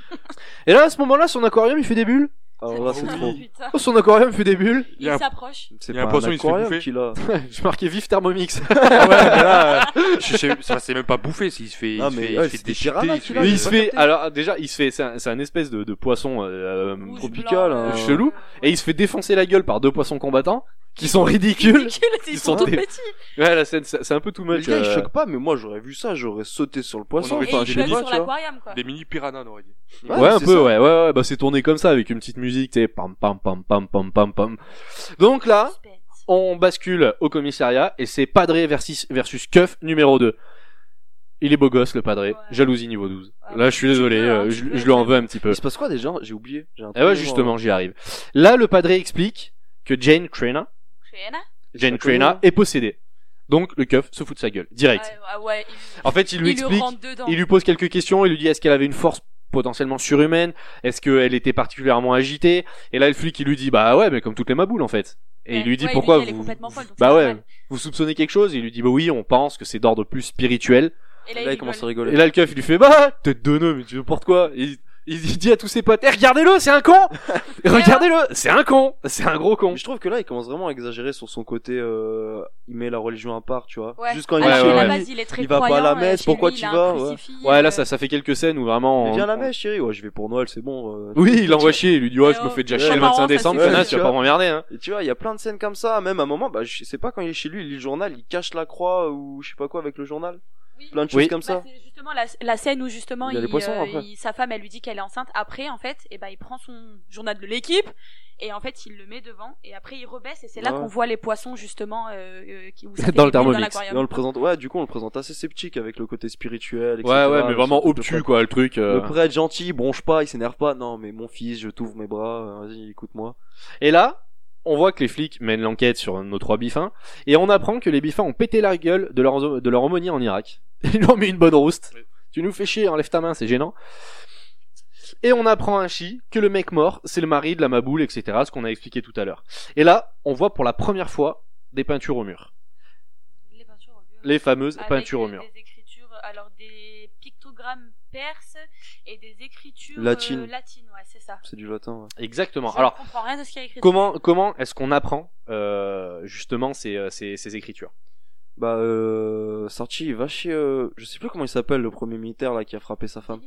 Et là, à ce moment-là, son aquarium, il fait des bulles. Alors là, c'est Ah, trop. putain. Oh, son aquarium fait des bulles. Il y a Il un- s'approche. C'est Il y a un pas poisson, il se fait aquarium bouffer. qu'il a. J'ai marqué vif Thermomix. ouais, mais là, euh, je sais, ça c'est même pas bouffé, s'il se fait, Ah, il se mais fait, ouais, il se fait c'est des déchiqueter, piranhas il se qu'il fait- a, Mais j'ai il se pas fait, capté. alors déjà, il se fait, c'est un, c'est un espèce de, de poisson euh, Rouge, tropical, blanc, hein. euh, chelou. ouais. Et il se fait défoncer la gueule par deux poissons combattants qui sont ridicules. Ridicule, ils Ils sont sont tout des- petits. Ouais, la scène, c'est c'est un peu too Le much. gars, il euh. choque pas, mais moi, j'aurais vu ça, j'aurais sauté sur le poisson. aurait Et Enfin, ils je sais gueulent pas, sur tu vois. l'aquarium, quoi. Des mini piranhas, on aurait dit. Ouais, mais un c'est peu, ça. ouais, ouais, ouais, bah c'est tourné comme ça avec une petite musique, tu sais, pam pam pam pam pam pam pam. Donc là, Suspense. on bascule au commissariat et c'est Padré versus versus Keuf numéro deux. Il est beau gosse le Padré, Ouais. jalousie niveau douze. Ouais, Là, je suis tu désolé, peux, hein, euh, tu je, peux, je lui en tu veux un petit peu. Il se passe quoi déjà? J'ai oublié. J'ai un Et trou ouais, de justement, mémoire. j'y arrive. Là, le Padré explique que Jane Crana, Créna Jane Ça connaît, Crana hein. est possédée. Donc le keuf se fout de sa gueule, direct. Ouais, ouais, ouais, il, En fait, il lui il le explique, rentre dedans. il lui pose quelques questions, il lui dit est-ce qu'elle avait une force potentiellement surhumaine, est-ce qu'elle était particulièrement agitée, et là le flic il lui dit bah ouais mais comme toutes les maboules en fait. Et Ouais, il lui dit ouais, pourquoi elle est vous, complètement folle, donc bah c'est ouais, normal. vous soupçonnez quelque chose, et il lui dit bah oui on pense que c'est d'ordre plus spirituel. Et Là, là, il commence à rigole. rigoler. Et là le keuf il lui fait bah tête de nœud mais tu veux portes quoi, et Il dit à tous ses potes, eh, regardez-le, c'est un con! Regardez-le, c'est un con! C'est un gros con! Mais je trouve que là, il commence vraiment à exagérer sur son côté, euh, il met la religion à part, tu vois. Ouais. Juste quand il Alors ouais, qu'à ouais, la ouais. base, il est très Il va pas à croyant, la euh, messe, chez pourquoi lui, tu il a vas, un ouais. crucifix, Ouais, là, euh, ça, ça fait quelques scènes où vraiment... Mais on- viens à la messe, chérie. Ouais, je vais pour Noël, c'est bon. euh, Oui, tout- il l'envoie chier, il lui dit, ouais, Ouais, je me oh, fais déjà ouais, chier le marrant, vingt-cinq ça décembre, suffit. connasse, tu vas Ouais, pas m'emmerder, hein. Et tu vois, il y a plein de scènes comme ça, même à un moment, bah, je sais pas, quand il est chez lui, il lit le journal, il cache la croix ou je sais pas quoi avec le journal. Oui. Plein de choses Oui. comme ça. Bah, c'est justement la, la scène où justement Il y a il, les poissons, euh, après. il- sa femme elle lui dit qu'elle est enceinte. Après en fait, et ben il prend son journal de l'équipe et en fait il le met devant et après il rebaisse et c'est là Ouais. qu'on voit les poissons justement euh, euh, qui où ça fait Dans le des bulles Thermomix. l'aquarium. Et on le présente, ouais, du coup, on le présente assez sceptique avec le côté spirituel, et Ouais, cetera. ouais, mais Le vraiment truc de obtus, prêtre. quoi, le truc. euh. Le prêtre gentil, bronche pas, il s'énerve pas. Non, mais mon fils, je t'ouvre mes bras, euh, vas-y, écoute-moi. Et là, on voit que les flics mènent l'enquête sur nos trois biffins, et on apprend que les biffins ont pété la gueule de leur, de leur aumônier en Irak. Ils lui ont mis une bonne rouste. Oui. Tu nous fais chier, enlève ta main, c'est gênant. Et on apprend ainsi que le mec mort, c'est le mari de la maboule, et cetera, ce qu'on a expliqué tout à l'heure. Et là, on voit pour la première fois des peintures au mur. Les peintures au mur. Les fameuses Avec, peintures au euh, mur. Des écritures, alors des pictogrammes perses et des écritures Latines. euh, latines, ouais, c'est ça. C'est du latin, ouais. Exactement. Je Alors, ne comprends rien de ce qu'il y a écrit. comment, comment est-ce qu'on apprend, euh, justement, ces, euh, ces, ces écritures? Bah, euh, Sarchi, il va chez, euh, je sais plus comment il s'appelle, le premier militaire, là, qui a frappé sa femme.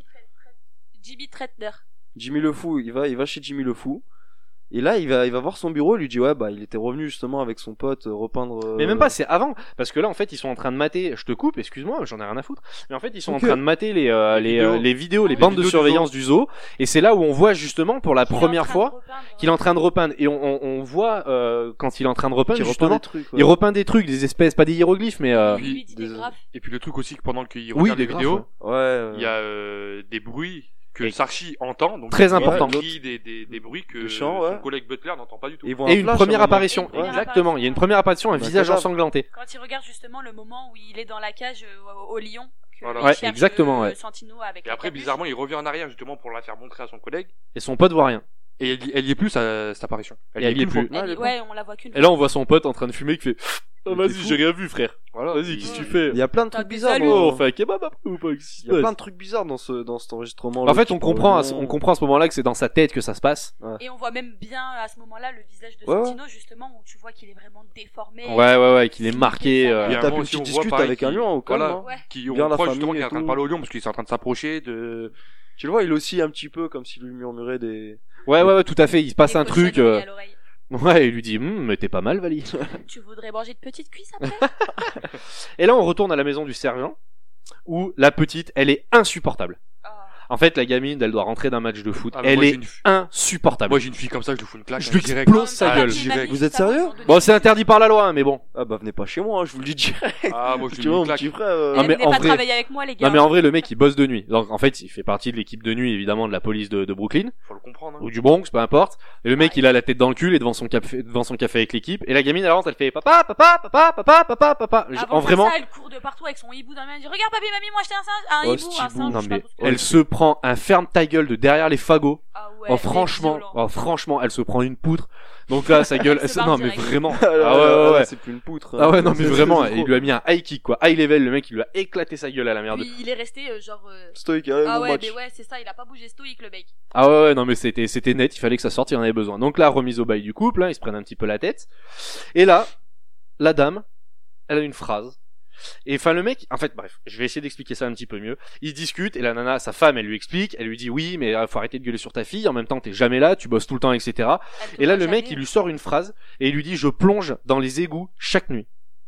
J B Treadner. Jimmy Le Fou, il va, il va chez Jimmy Le Fou. Et là, il va, il va voir son bureau, il lui dit, ouais, bah, il était revenu justement avec son pote, euh, repeindre. euh, Mais même pas, c'est avant, parce que là en fait ils sont en train de mater. Je te coupe, excuse-moi, j'en ai rien à foutre. Mais en fait ils sont Ok. en train de mater les euh, les, euh, vidéos. les vidéos, les Oui. bandes Les de vidéos du surveillance du zoo. Et c'est là où on voit justement pour la Qu'il est en première train de fois repeindre, qu'il est en train de repeindre. Et on, on, on voit euh, quand il est en train de repeindre qui repeint justement, des trucs, ouais. il repeint des trucs, des espèces, pas des hiéroglyphes, mais euh... Il lui dit des des- graphes. Et puis le truc aussi que pendant qu'il oui, regarde des les graphes, vidéos, Ouais, euh, il y a euh, des bruits que Et- Sarchi entend, donc Très il important. crie des, des, des bruits que Le chant, son ouais. collègue Butler n'entend pas du tout. Et, ils voient Et un une flash, première à un moment. apparition. Et une première Exactement, il y a une première apparition, un Bah, visage cadavre. ensanglanté. Quand il regarde justement le moment où il est dans la cage euh, au, au lion, que Voilà. il Ouais, cherche exactement, le ouais. Santino avec Et la après, capuche. bizarrement, il revient en arrière justement pour la faire montrer à son collègue. Et son pote voit rien. Et elle, y- elle y est plus, sa- cette apparition. Et elle y est qu'une plus. fois. Ah, Elle- d'accord. ouais, on la voit qu'une Et là on voit son pote en train de fumer qui fait ah, Mais vas-y, t'es fou. j'ai rien vu frère. Voilà. Vas-y, Il- qu'est-ce que tu fais? Il y a plein de T'as trucs des bizarres. salauds. Oh, dans- on fait un kebab après ou pas? Qu'est-ce qui se Il y a passe plein de trucs bizarres dans ce, dans cet enregistrement. En fait, on comprend, à ce- on comprend à ce moment-là que c'est dans sa tête que ça se passe. Et on voit même bien à ce moment-là le visage de Ouais, ouais. Santino justement où tu vois qu'il est vraiment déformé. Ouais, ouais, ouais, qu'il est marqué. euh, Et Il à un tape moment une aussi, petite on voit discute pareil avec un qu'il- lion au calme. voilà. hein. Ouais. Qui, on Bien la croit famille justement et qu'il est en train de tout. parler au lion parce qu'il est en train de s'approcher de. Tu le vois, il aussi un petit peu comme s'il lui murmurait des. Ouais, ouais, ouais, tout à fait. Il se passe Des un truc. cochonneries euh, à l'oreille. Ouais, il lui dit, Hum, mais t'es pas mal, Vali. Tu voudrais manger de petites cuisses après? Et là, on retourne à la maison du sergent, où la petite, elle est insupportable. Ah. En fait, la gamine, elle doit rentrer d'un match de foot. Ah, mais Elle moi, j'ai est une fi- insupportable. Moi, j'ai une fille comme ça, je lui fous une claque. Je hein, lui direct. explose sa Ah, gueule. direct. Vous êtes sérieux Bon, c'est interdit par la loi, hein, mais bon. Ah bah venez pas chez moi, hein, je vous le dis direct. Ah, moi, je lui Tu mets vois, une mon claque. petit frère. euh, Non, Eh, mais venez en pas vrai- travailler avec moi les gars. Non, mais en vrai, le mec, il bosse de nuit. Donc, en fait, il fait partie de l'équipe de nuit, évidemment, de la police de, de Brooklyn. Faut le comprendre. hein. Ou du Bronx, peu importe. Et le mec, Ouais. il a la tête dans le cul, il est devant son café, devant son café avec l'équipe. Et la gamine, elle rentre, elle fait papa, papa, papa, papa, papa, papa. Je- Avant En de faire vraiment, ça, elle court de partout avec son hibou dans la main. Elle dit regarde papy, mamie, moi j'étais un singe, un Oh, hibou, ce un hibou. singe. non je sais pas mais trop ce que elle c'est. se prend un ferme ta gueule de derrière les fagots. Ah ouais, Oh c'est franchement, violent. oh franchement, elle se prend une poutre. Donc là, sa gueule, Elle se ça- barre non mais direct. vraiment. Ah Ah ouais, ouais, ouais. C'est plus une poutre. Ah ouais, non mais C'est- vraiment, c'est il trop lui a mis un high kick quoi, high level, le mec, il lui a éclaté sa gueule à la merde. Puis il est resté euh, genre. euh, Stoïque, allez, Ah mon ouais, match. mais ouais, c'est ça, il a pas bougé stoïque le mec. Ah ouais, ouais, non mais c'était c'était net, il fallait que ça sorte, il en avait besoin. Donc là, remise au bail du couple, hein, ils se prennent un petit peu la tête. Et là, la dame, elle a une phrase. Et enfin le mec, en fait bref, je vais essayer d'expliquer ça un petit peu mieux. Ils discutent et la nana, sa femme, elle lui explique, elle lui dit oui mais euh, faut arrêter de gueuler sur ta fille, en même temps t'es jamais là, tu bosses tout le temps, et cetera. Elle Et là doit le mec jamais- il lui sort une phrase et il lui dit je plonge dans les égouts chaque nuit.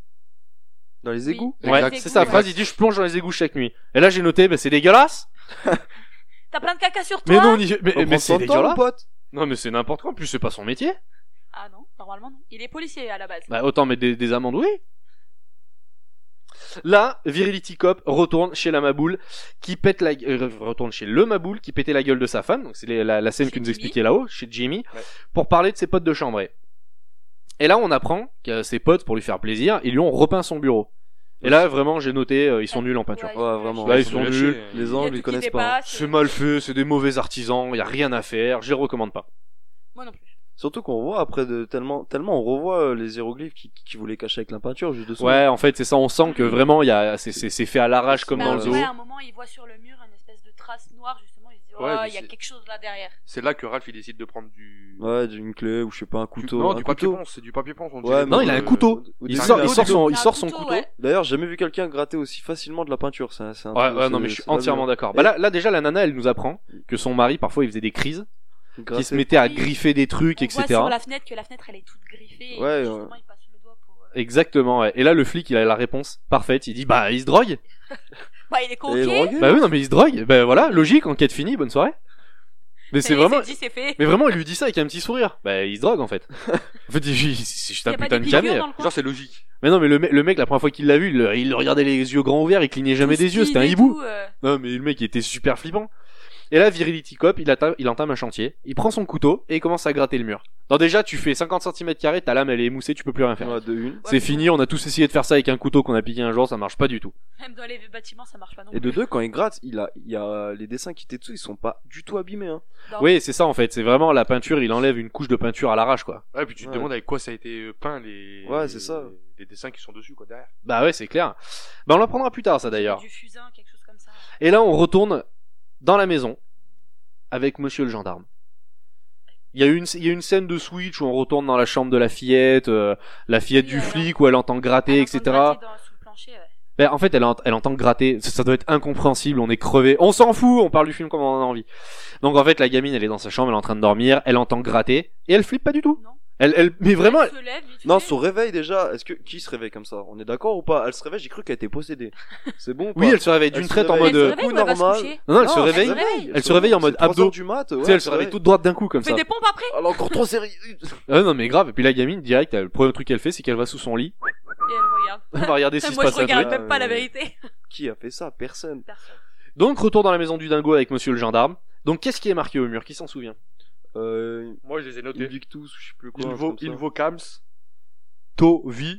Dans les Oui. égouts. Dans Ouais, les c'est égouts, ça la ouais. phrase, il dit je plonge dans les égouts chaque nuit. Et là j'ai noté, bah c'est dégueulasse. T'as plein de caca sur toi. Mais non, ni- mais, On mais prend c'est son temps, mon dégueulasse. pote. Non mais c'est n'importe quoi, en plus c'est pas son métier. Ah non, normalement non. Il est policier à la base. Bah autant mettre des, des amendes, oui. Là, Virility Cop retourne chez la Maboule qui pète la euh, retourne chez le Maboule qui pétait la gueule de sa femme. Donc c'est les- la, la scène Chez que nous Jimmy. expliquait là-haut chez Jimmy Ouais. pour parler de ses potes de chambrée. Et là, on apprend que ses potes, pour lui faire plaisir, ils lui ont repeint son bureau. Et là, vraiment, j'ai noté, euh, ils sont nuls en peinture. Ouais, Ouais, vraiment. Là, ils Faut sont le nuls. lâcher. Les Il y a angles, tout ils qui connaissent pas. hein. dépasse. C'est mal fait, c'est des mauvais artisans, y a rien à faire, je les recommande pas. Moi non plus. Surtout qu'on voit après de tellement, tellement on revoit euh, les hiéroglyphes qui, qui, qui voulaient cacher avec la peinture juste dessous. Ouais, en fait, c'est ça, on sent que vraiment, il y a, c'est, c'est, c'est fait à l'arrache comme Bah, dans le zoo. ouais, à un moment, il voit sur le mur une espèce de trace noire, justement. Il se disent oh, Ouais, il mais y a c'est- quelque chose là derrière. C'est là que Ralph il décide de prendre du. Ouais, d'une clé ou je sais pas, un couteau. Non, un du papier couteau. ponce, c'est du papier ponce. On Ouais, dirait. Non, il a un euh, couteau. au Il début, sort, il a il un sort couteau. son, il Il a un sort son couteau, couteau. ouais. D'ailleurs, j'ai jamais vu quelqu'un gratter aussi facilement de la peinture. C'est, c'est un Ouais, truc, ouais, non, c'est- mais je suis c'est pas entièrement bien. d'accord. Bah là, là, déjà, la nana, elle nous apprend que son mari, parfois, il faisait des crises, Gratter. qu'il se mettait à Oui. griffer des trucs, On et voit cetera. sur la fenêtre que la fenêtre elle est toute griffée. Ouais, et justement ouais. il passe le doigt pour. euh, Exactement, ouais. Et là, le flic, il a la réponse parfaite. Il dit, bah, il se drogue. Bah il est Et coquet. drogué. Bah oui, non, mais il se drogue. Bah voilà, logique, enquête finie, bonne soirée. Mais c'est vraiment, dit c'est fait. mais vraiment, il lui dit ça avec un petit sourire. Bah, il se drogue, en fait. En fait, il- c'est juste Il y un a pas putain des de piqûres camé. dans le coin. Genre c'est logique. Mais non, mais le, mec- le mec, la première fois qu'il l'a vu, il, le- il le regardait les yeux grands ouverts, il clignait jamais Tout des yeux, speed c'était un et hibou. tout, euh, Non, mais le mec, il était super flippant. Et là, Virility Cop, il, atta- il entame un chantier, il prend son couteau et il commence à gratter le mur. Non, déjà, tu fais cinquante centimètres carrés, ta lame, elle est émoussée, tu peux plus rien faire. Ouais, de une. C'est fini, on a tous essayé de faire ça avec un couteau qu'on a piqué un jour, ça marche pas du tout. Même dans les bâtiments ça marche pas non Et de plus. deux, quand il gratte, il a, il y a les dessins qui étaient dessous, ils sont pas du tout abîmés. Hein. Non. Oui, c'est ça en fait, c'est vraiment la peinture, il enlève une couche de peinture à l'arrache quoi. Ouais, puis tu te Ouais. demandes avec quoi ça a été euh, peint les. Ouais, c'est ça. Les, les dessins qui sont dessus quoi derrière. Bah ouais, c'est clair. Bah on l'apprendra plus tard ça d'ailleurs. Du fusain, quelque chose comme ça. Et là, on retourne dans la maison avec monsieur le gendarme. Il y a une, il y a une scène de Switch où on retourne dans la chambre de la fillette, euh, la fillette Oui, du elle flic où elle entend gratter, Elle et entend cetera. gratter dans- sous le plancher, ouais. Ben, en fait, elle, ent- elle entend gratter. Ça, ça doit être incompréhensible. On est crevé. On s'en fout. On parle du film comme on en a envie. Donc, en fait, la gamine, elle est dans sa chambre, elle est en train de dormir. Elle entend gratter et elle flippe pas du tout. Non. Elle, elle, mais vraiment. Elle se lève, vite Non, fait. son réveil déjà, est-ce que qui se réveille comme ça? On est d'accord ou pas? Elle se réveille, j'ai cru qu'elle était possédée. C'est bon ou pas? Oui, elle se réveille Elle d'une se traite en réveille. mode. Elle se euh, réveille coup ou elle va se normal. coucher Non, non, elle se Non, réveille. réveille. Elle se réveille en C'est mode trois abdo. heures du mat, ouais, Tu sais, elle se réveille ouais. toute droite d'un coup comme Fais ça. des pompes après. Alors encore trois séries. Ah non, mais grave. Et puis la gamine, direct, le premier truc qu'elle fait, c'est qu'elle va sous son lit. Et elle regarde. Elle va regarder si se Moi passe je un regarde truc. même pas la Euh, vérité. Qui a fait ça? Personne. Personne. Donc, retour dans la maison du dingo avec monsieur le gendarme. Donc, qu'est-ce qui est marqué au mur? Qui s'en souvient? Euh, Moi je les ai notés. Invictus, je sais plus quoi. un Invo, truc comme ça. Invocams, Tovi,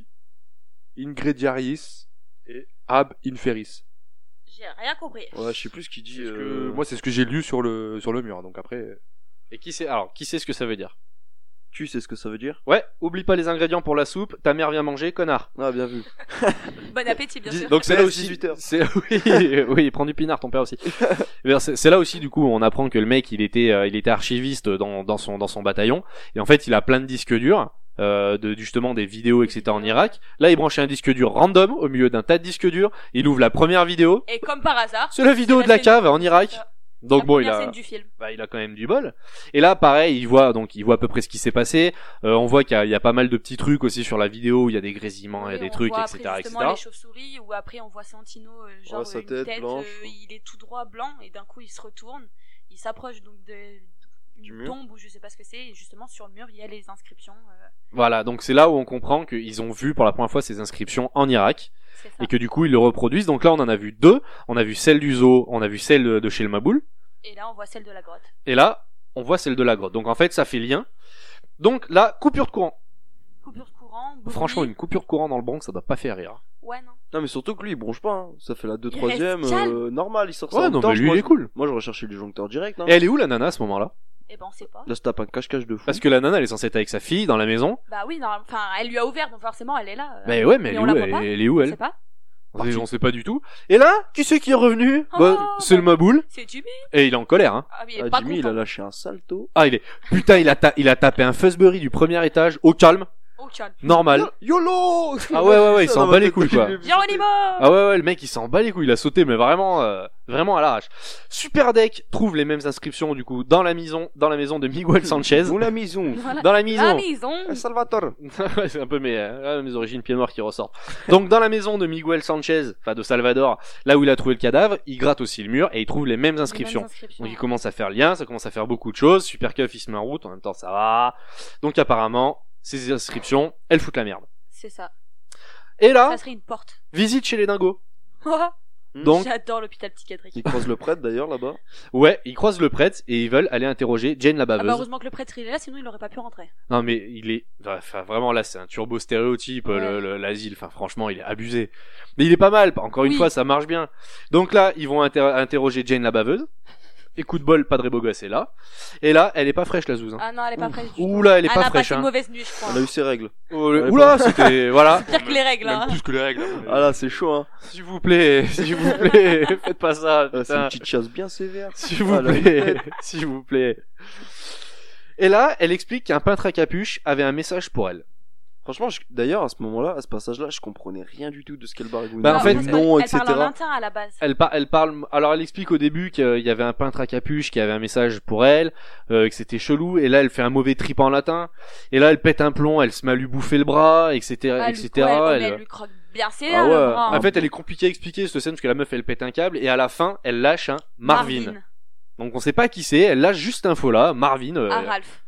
Ingrediaris et Ab Inferis. J'ai rien compris. Ouais, je sais plus ce qu'il dit. C'est ce que- euh, Moi c'est ce que j'ai lu sur le sur le mur. Donc après. Et qui sait, alors, qui sait ce que ça veut dire? Tu sais ce que ça veut dire? Ouais, oublie pas les ingrédients pour la soupe. Ta mère vient manger, connard. Ah, bien vu. Bon appétit bien Dis- sûr. Donc c'est là Laisse aussi. dix-huit heures. C'est oui, oui, prends du pinard, ton père aussi. Eh bien, C'est c'est là aussi du coup on apprend que le mec il était euh, il était archiviste dans dans son dans son bataillon et en fait il a plein de disques durs. Euh, de justement des vidéos et cetera en Irak. Là il branchait un disque dur random au milieu d'un tas de disques durs. Il ouvre la première vidéo. Et comme par hasard. C'est la vidéo c'est de la scène- cave en c'est Irak. ça. Donc La bon il première a scène du film. bah, il a quand même du bol. Et là, pareil, il voit donc il voit à peu près ce qui s'est passé. Euh, on voit qu'il y a, il y a pas mal de petits trucs aussi sur la vidéo où il y a des grésillements, il y a Oui, des on trucs, voit et après, cetera, justement et cetera. les chauves-souris ou après on voit Santino euh, genre Ouais, sa une tête tête, blanche. euh, il est tout droit blanc et d'un coup il se retourne, il s'approche donc de Du une mur. tombe ou je sais pas ce que c'est et justement sur le mur il y a les inscriptions. euh, Voilà, donc c'est là où on comprend qu'ils ont vu pour la première fois ces inscriptions en Irak c'est ça. et que du coup ils le reproduisent. Donc là, on en a vu deux. On a vu celle du zoo, on a vu celle de de chez le Maboul. Et là on voit celle de la grotte. Et là, on voit celle de la grotte. Donc en fait, ça fait lien. Donc là, coupure de courant. Coupure de courant. bruit. Franchement, une coupure de courant dans le Bronx, ça doit pas faire rire. Ouais non. Non, mais surtout que lui, il bronche pas. Hein. Ça fait la deux Il troisième reste calme. euh, normal, il sort ça Ouais, en non, même temps, mais lui, moi, il est je- cool. Moi, j'aurais cherché le disjoncteur direct. Hein. Et elle est où la nana à ce moment-là? Et ben on sait pas. Là, se tape un cache-cache de fou. Parce que la nana, elle est censée être avec sa fille dans la maison. Bah oui non, enfin elle lui a ouvert donc forcément elle est là. euh, Mais ouais, mais elle mais est on où la elle, voit pas. elle est où on elle sait pas. On sait- on sait pas du tout. Et là, qui c'est qui est revenu? Oh, Bah, c'est bah- le Maboul. C'est Jimmy. Et il est en colère, hein. Ah mais il est Ah, pas Jimmy, il a content. lâché un salto. Ah, il est, putain, il a, ta- il a tapé un Fuzbury du premier étage, au calme, Oh calme. normal. Yo- YOLO Ah ouais, ouais, ouais, il Ça, s'en dans bat ma les tête, couilles, je quoi. l'ai vu Geronimo. Ah ouais, ouais, le mec, il s'en bat les couilles, il a sauté, mais vraiment, euh, vraiment à l'arrache. Super Deck trouve les mêmes inscriptions, du coup, dans la maison, dans la maison de Miguel Sanchez. Nous la maison. Voilà. Dans la La maison. maison. El Salvatore. Ouais, c'est un peu mes, euh, mes origines pieds noirs qui ressortent. Donc, dans la maison de Miguel Sanchez, enfin, de Salvador, là où il a trouvé le cadavre, il gratte aussi le mur et il trouve les mêmes inscriptions. Les mêmes inscriptions. Donc il commence à faire lien, ça commence à faire beaucoup de choses. Super Cuff il se met en route, en même temps ça va. Donc apparemment, ces inscriptions, elles foutent la merde. C'est ça. Et là, Ça serait une porte. visite chez les dingos. Hmm. Donc, J'adore l'hôpital psychiatrique. Il croise le prêtre d'ailleurs là-bas. ouais, ils croisent le prêtre et ils veulent aller interroger Jane la Ah bah baveuse. heureusement que le prêtre il est là, sinon il aurait pas pu rentrer. Non mais il est, enfin vraiment là c'est un turbo stéréotype, Ouais. le- le- l'asile, enfin franchement il est abusé. Mais il est pas mal, encore une Oui. fois ça marche bien. Donc là ils vont inter- interroger Jane la baveuse. Et coup de bol, Padre Beau Gosse est là. Et là, elle est pas fraîche la zouze. Hein. Ah non, elle est pas fraîche du tout. Oula, elle est Elle pas a fraîche. passé Hein. une mauvaise nuit, je crois. Elle a eu ses règles. Oh, le- Oula, c'était voilà. Pire que les règles, Même hein. plus que les règles. Ah là, c'est chaud, hein. S'il vous plaît, s'il vous plaît, faites pas ça. Ah, c'est une putain. petite chasse bien sévère. S'il vous Ah, là. plaît, s'il vous plaît. Et là, elle explique qu'un peintre à capuche avait un message pour elle. Franchement, je- d'ailleurs, à ce moment-là, à ce passage-là, je comprenais rien du tout de ce qu'elle baragouinait. Bah, en Non, fait, parce le qu'elle- nom, elle et cetera. parle en latin à la base. Elle, par- elle parle. Alors, elle explique au début qu'il y avait un peintre à capuche qui avait un message pour elle, euh, que c'était chelou. Et là, elle fait un mauvais trip en latin. Et là, elle pète un plomb, elle se met à lui bouffer le bras, et cetera, Ah, et lui- cetera. ouais, Elle- mais elle lui croque bien ses Ah le ouais. bras. En fait, elle est compliquée à expliquer cette scène parce que la meuf, elle pète un câble et à la fin, elle lâche un Marvin. Donc, on sait pas qui c'est. Elle lâche juste info là, Marvin. euh, Ah, Ralph.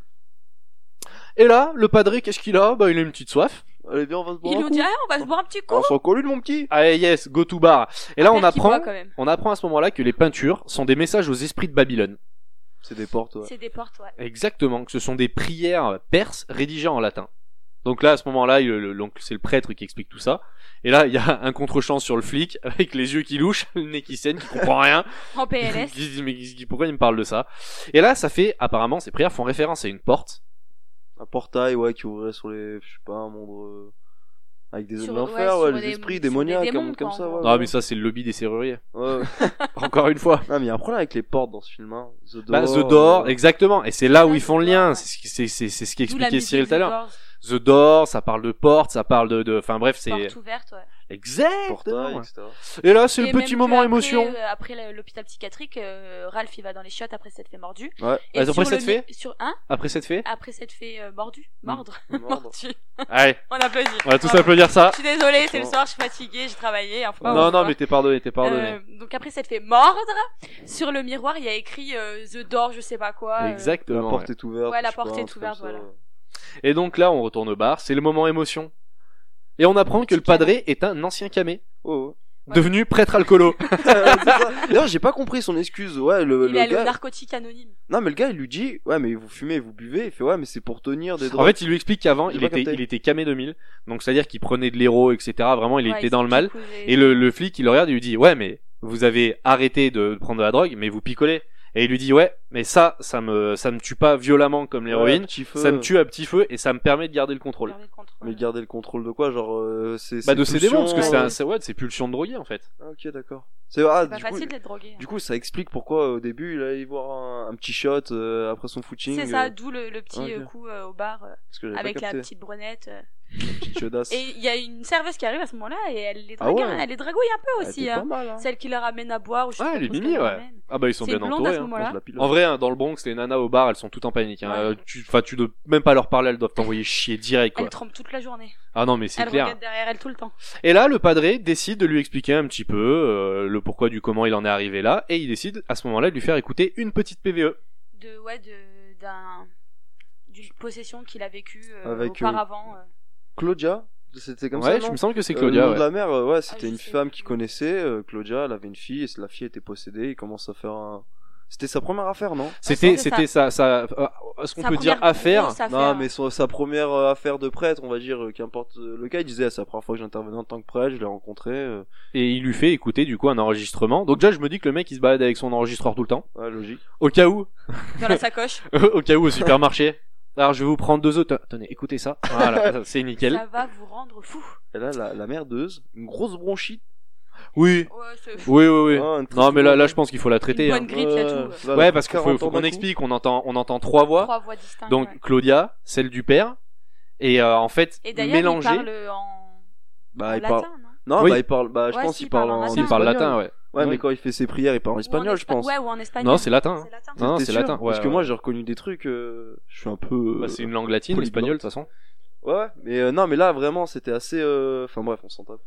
Et là, le padré, qu'est-ce qu'il a? Bah, il a une petite soif. Allez, viens, on va se boire Il un nous coup. dit, ah, on va se boire un petit coup. On s'en colle une, mon petit. Allez, yes, go to bar. Et là, Un on père qui apprend, boit, quand même. on apprend à ce moment-là que les peintures sont des messages aux esprits de Babylone. C'est des portes, ouais. C'est des portes, ouais. Exactement, que ce sont des prières perses rédigées en latin. Donc là, à ce moment-là, il- le- donc c'est le prêtre qui explique tout ça. Et là, il y a un contre-champ sur le flic, avec les yeux qui louchent, le nez qui saigne, qui comprend rien. En P L S. Qui se dit, mais qui- pourquoi il me parle de ça? Et là, ça fait, apparemment, ces prières font référence à une porte. Un portail, ouais, qui ouvrait sur les, je sais pas, un monde, euh, avec des Sur- zones ouais, d'enfer, sur ouais, des- les esprits sur démoniaques, des un démons, monde comme quoi, ça, en ouais. gros. Non, mais ça, c'est le lobby des serruriers. Ouais, ouais. Encore une fois. Non, mais il y a un problème avec les portes dans ce film, hein. The Door. Bah, The Door, euh, exactement. Et c'est là où Ah, ils font The le Door, lien. ouais. C'est ce qui, c'est, c'est, c'est ce D'où la qu'expliquait musique Cyril tout à The l'heure. Doors. The Door, ça parle de porte, ça parle de, de, enfin bref, c'est Porte ouverte, ouais. exactement. portail, et cetera. Et là, c'est Et le petit même moment que après, émotion. euh, Après le- l'hôpital psychiatrique, euh, Ralph il va dans les chiottes après s'être fait mordu. Ouais. Et Après sur s'être le fait mi- sur un Après cette fée. après s'être fait euh, mordu, mordre, Mordre. mordu. Allez, On applaudit. on va tous Bravo. applaudir ça. Je suis désolée, c'est le Bon. soir, je suis fatiguée, j'ai travaillé. Enfin, Non, enfin. non, mais t'es pardonné, t'es pardonné. Euh, donc après s'être fait mordre, sur le miroir il y a écrit euh, The Door, je sais pas quoi. euh, Exactement. La porte ouais. est ouverte. Ouais, la je sais pas, porte un est truc ouverte, comme ça, voilà. ouais. Et donc là, on retourne au bar. C'est le moment émotion. Et on apprend que le padré est un ancien camé, Oh, Ouais. devenu prêtre alcoolo. ouais. C'est ça. D'ailleurs, j'ai pas compris son excuse. Ouais, le, Il le a le gars. narcotique anonyme. Non, mais le gars, il lui dit, ouais, mais vous fumez, vous buvez. Il fait, ouais, mais c'est pour tenir des En drogues. fait, il lui explique qu'avant, J'ai il pas était, capté. il était camé deux mille. Donc, c'est-à-dire qu'il prenait de l'héros, et cetera. Vraiment, il Ouais, était dans le s'est mal. picousé. Et le, le flic, il le regarde et lui dit, ouais, mais vous avez arrêté de prendre de la drogue, mais vous picolez. Et il lui dit, ouais, mais ça, ça me, ça me tue pas violemment comme Ouais, l'héroïne. petit feu. Ça me tue à petit feu et ça me permet de garder le contrôle. Garder le contrôle. Mais garder le contrôle de quoi? Genre, euh, c'est. Bah, c'est de ses pulsions, démons, parce que c'est euh, un, c'est, ouais, c'est pulsion de droguer, en fait. Ah, ok, d'accord. C'est ah, C'est pas du coup, facile d'être drogué. hein. du coup, ça explique pourquoi au début il allait voir un, un petit shot euh, après son footing. C'est ça, euh, d'où le, le petit ok. euh, coup euh, au bar euh, parce que j'avais avec pas la capté. petite brunette. euh. petite chaudasse. Et il y a une serveuse qui arrive à ce moment-là et elle les Ah drague, ouais. hein, elle les dragouille un peu Elle aussi. était Hein. pas mal, hein. Celle qui leur amène à boire ou je sais Ouais, pas elle est trop ce mimi, qu'elle leur ouais. amène. Ah bah, ils sont C'est bien blonde à entourés. ce hein. moment-là. Je la pilote. En vrai, hein, dans le Bronx, les nanas au bar, elles sont toutes en panique. Hein. Ouais. Euh, tu, enfin, tu dois même pas leur parler, elles doivent t'envoyer chier direct, quoi. Elle trempe toute la journée. Ah non, mais c'est Elle clair. regarde derrière elle tout le temps. Et là, le padré décide de lui expliquer un petit peu euh, le pourquoi du comment il en est arrivé là, et il décide à ce moment-là de lui faire écouter une petite P V E. De ouais de d'un d'une possession qu'il a vécue euh, Avec, euh, auparavant. euh. Claudia, c'était comme Ouais, ça, je non me semble que c'est Euh, Claudia. le nom ouais. de la mère, euh, ouais, c'était je une sais femme plus. qu'il connaissait. euh, Claudia, elle avait une fille et la fille était possédée. Il commence à faire un. C'était sa première affaire, non C'était, c'est c'était ça, ça, euh, est-ce qu'on Sa peut dire première affaire? grosse Non, affaire. mais son- sa première euh, affaire de prêtre, on va dire, euh, qu'importe euh, le cas, il disait, c'est la première fois que j'intervenais en tant que prêtre, je l'ai rencontré. euh, Et il lui fait écouter du coup un enregistrement. Donc déjà, je me dis que le mec il se balade avec son enregistreur tout le temps. Ouais, logique. Au cas où, dans la sacoche. au cas où au supermarché. Alors je vais vous prendre deux autres. Tenez, écoutez ça. Voilà, c'est nickel. Ça va vous rendre fou. Et là, la, la merdeuse, une grosse bronchite. Oui, Ouais, c'est fou. oui, oui, oui. Ah, une Non, mais là, là, je triste pense qu'il faut la traiter. Une hein. bonne grippe, il y a tout. là, elle a Ouais, parce qu'il faut, quarante faut ans qu'on d'un coup. explique. On entend, on entend trois voix. Trois voix distinctes. Donc ouais. Claudia, celle du père, et euh, en fait Et d'ailleurs, mélangé. il parle en, Bah, en il latin, parle. non Non, Oui. bah, il parle, bah, je Ouais, pense si, qu'il parle il parle en en. latin. S'il parle espagnol. latin, ouais. Ouais, Oui. mais quand il fait ses prières, il parle en Ou en espagnol, je espa- pense. Ouais, ou en espagnol. Non, c'est latin. hein. C'est latin. Non, T'es c'est sûr latin. Ouais, Parce que ouais. moi, j'ai reconnu des trucs, euh, je suis un peu. Bah, euh, c'est une langue latine, polyglotte. l'espagnol, de toute façon. Ouais, ouais, mais euh, non, mais là, vraiment, c'était assez. euh, Enfin, bref, on s'en tape.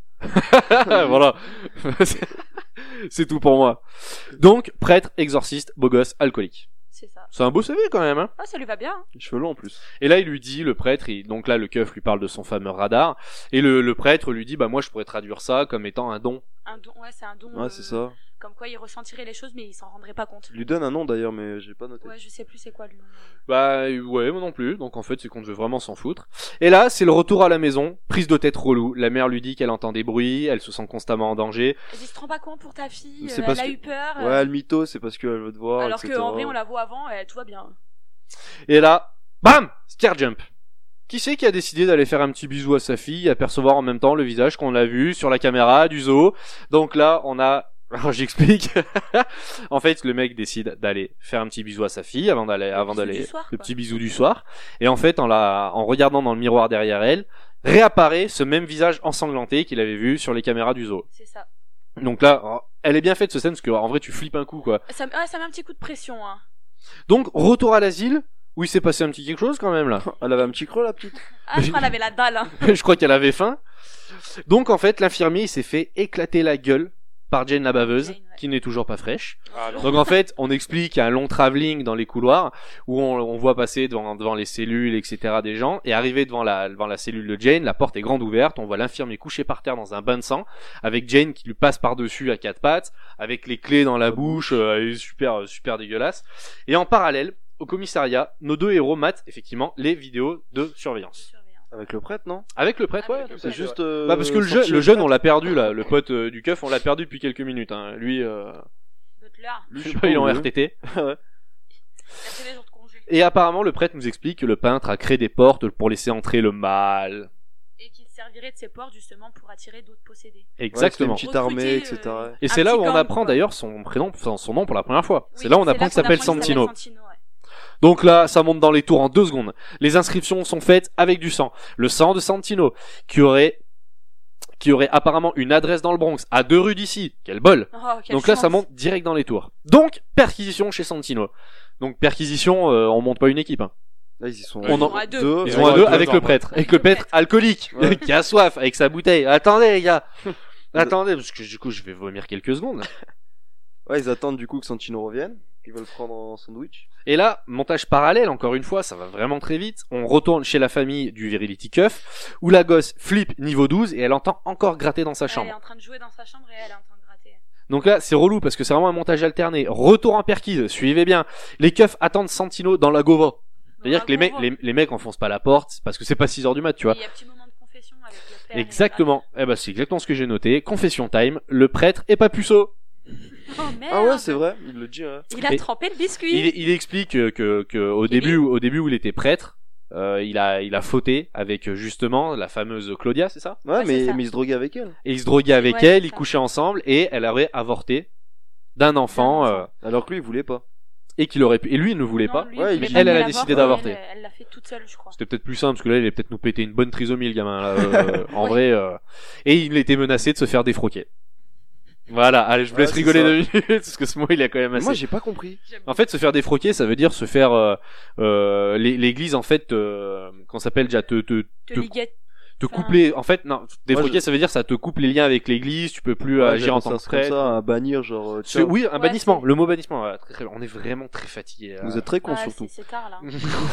Voilà. C'est tout pour moi. Donc, prêtre, exorciste, beau gosse, alcoolique. C'est ça. C'est un beau C V quand même, hein. Ah, ça lui va bien. hein. Les cheveux longs en plus. Et là, il lui dit, le prêtre, il- donc là, le keuf lui parle de son fameux radar, et le, le prêtre lui dit, bah moi, je pourrais traduire ça comme étant un don. Un don, ouais, c'est un don. Ouais, euh, c'est ça. Comme quoi il ressentirait les choses mais il s'en rendrait pas compte. Il lui donne un nom d'ailleurs, mais j'ai pas noté. Ouais, je sais plus c'est quoi le nom. Bah ouais, moi non plus. Donc en fait, c'est qu'on devait vraiment s'en foutre. Et là, c'est le retour à la maison. Prise de tête relou. La mère lui dit qu'elle entend des bruits, elle se sent constamment en danger. Elle dit, se rend pas compte pour ta fille, C'est euh, parce elle a que- eu peur. euh, Ouais, le mytho, c'est parce qu'elle veut te voir, alors et cetera. qu'en vrai on la voit avant, et tout va bien. Et là, bam, scare jump. Qui c'est qui a décidé d'aller faire un petit bisou à sa fille, apercevoir en même temps le visage qu'on a vu sur la caméra du zoo. Donc là, on a alors j'explique. En fait, le mec décide d'aller faire un petit bisou à sa fille avant d'aller, avant bisou d'aller, du soir, le quoi. petit bisou du soir. Et en fait, en la, en regardant dans le miroir derrière elle, réapparaît ce même visage ensanglanté qu'il avait vu sur les caméras du zoo. C'est ça. Donc là, oh, elle est bien faite cette scène parce que en vrai, tu flippes un coup quoi. Ça, ouais, ça met un petit coup de pression. Hein. Donc retour à l'asile où il s'est passé un petit quelque chose quand même là. Elle avait un petit creux, la petite. Ah, je crois qu'elle avait la dalle. Hein. Je crois qu'elle avait faim. Donc en fait, l'infirmier il s'est fait éclater la gueule par Jane la baveuse, Jane, ouais. qui n'est toujours pas fraîche. Ah, non. Donc en fait, on explique un long travelling dans les couloirs où on, on voit passer devant, devant les cellules, et cetera des gens, et arriver devant la, devant la cellule de Jane, la porte est grande ouverte, on voit l'infirmier couché par terre dans un bain de sang, avec Jane qui lui passe par-dessus à quatre pattes, avec les clés dans la bouche, euh, elle est super, super dégueulasse. Et en parallèle, au commissariat, nos deux héros matent effectivement les vidéos de surveillance. Avec le prêtre, non? Avec le prêtre, Avec ouais. le C'est prêtre. juste. euh, Bah parce que le, sorti jeune, le jeune, prêtre. on l'a perdu là, le pote euh, du keuf, on l'a perdu depuis quelques minutes. Hein. Lui, euh... Butler, Lui, je je sais sais pas, il est en où il est. R T T. Ouais. il a fait des jours de congé. Et apparemment, le prêtre nous explique que le peintre a créé des portes pour laisser entrer le mal. Et qu'il servirait de ses portes justement pour attirer d'autres possédés. Exactement. Ouais, c'était une petite armée, Recruter, et cetera. euh, Et un c'est là petit où on gang, apprend quoi. d'ailleurs son prénom, enfin, son nom pour la première fois. Oui, c'est là où on apprend qu'il s'appelle qu'on apprend qu'il Santino. Santino, ouais. Donc là, ça monte dans les tours en deux secondes. Les inscriptions sont faites avec du sang. Le sang de Santino, qui aurait, qui aurait apparemment une adresse dans le Bronx, à deux rues d'ici. Quel bol! Oh, quelle Donc là, ça chance. monte direct dans les tours. Donc, perquisition chez Santino. Donc, perquisition, euh, on monte pas une équipe, hein. Là, ils y sont. On Ils en- sont à deux. deux. Ils Ouais, sont à ouais, deux deux, avec attends, le moi. prêtre. Avec Avec le le prêtre alcoolique, Ouais. qui a soif, avec sa bouteille. Attendez, les gars! Attendez, parce que du coup, je vais vomir quelques secondes. Ouais, ils attendent du coup que Santino revienne. Ils veulent prendre en sandwich. Et là, montage parallèle, encore une fois, ça va vraiment très vite. On retourne chez la famille du Virility Cuff, où la gosse flippe niveau douze et elle entend encore gratter dans sa Elle est chambre. en train de jouer dans sa chambre et elle est en train de gratter. Donc là, c'est relou parce que c'est vraiment un montage alterné. Retour en perquise, suivez bien. Les keufs attendent Santino dans la gova. C'est-à-dire que les mecs, les, les mecs enfoncent pas la porte parce que c'est pas six heures du mat, tu vois. Il y a un petit moment de confession avec le père. et Exactement. Eh ben, c'est exactement ce que j'ai noté. Confession time. Le prêtre est pas puceau. le père. Oh merde. Ah ouais, c'est vrai, il le dit, ouais. Il a Et- trempé le biscuit. Il, il explique que, que, que au Qu'il début, au début où il était prêtre, euh, il a, il a fauté avec euh, justement la fameuse Claudia, c'est ça? Ouais, Ouais, c'est mais, ça. mais il se droguait avec elle. Et il se droguait avec Ouais, elle, c'est ils ça. couchaient ensemble et elle aurait avorté d'un enfant, D'un euh, enfant. Alors que lui, il voulait pas. et qu'il aurait pu. Et lui, il ne voulait Non, pas. lui, Ouais, il il- voulait elle, pas elle a l'avoir, décidé elle, d'avorter. Elle elle l'a fait toute seule, je crois. C'était peut-être plus simple parce que là, il allait peut-être nous péter une bonne trisomie, le gamin. Là, euh, en vrai, euh, et il était menacé de se faire défroquer. Voilà, allez, je vous Ouais, laisse c'est rigoler ça. deux minutes parce que ce mot, il a quand même Mais assez. moi, j'ai pas compris. En fait, se faire défroquer, ça veut dire se faire. Euh, euh, l'é- L'église, en fait, euh, qu'on s'appelle déjà te te Te te, liguette. te enfin- coupler. En fait, non, défroquer, je- ça veut dire ça te coupe les liens avec l'église. Tu peux plus Ouais, agir en j'appelle tant ça que comme prêtre. ça, un bannir, genre. euh, C'est- ciao. oui, un Ouais, bannissement. c'est- Le mot bannissement. Ouais, très, très- on est vraiment très fatigué. Vous êtes très con, Ouais, surtout. c'est c'est tard là.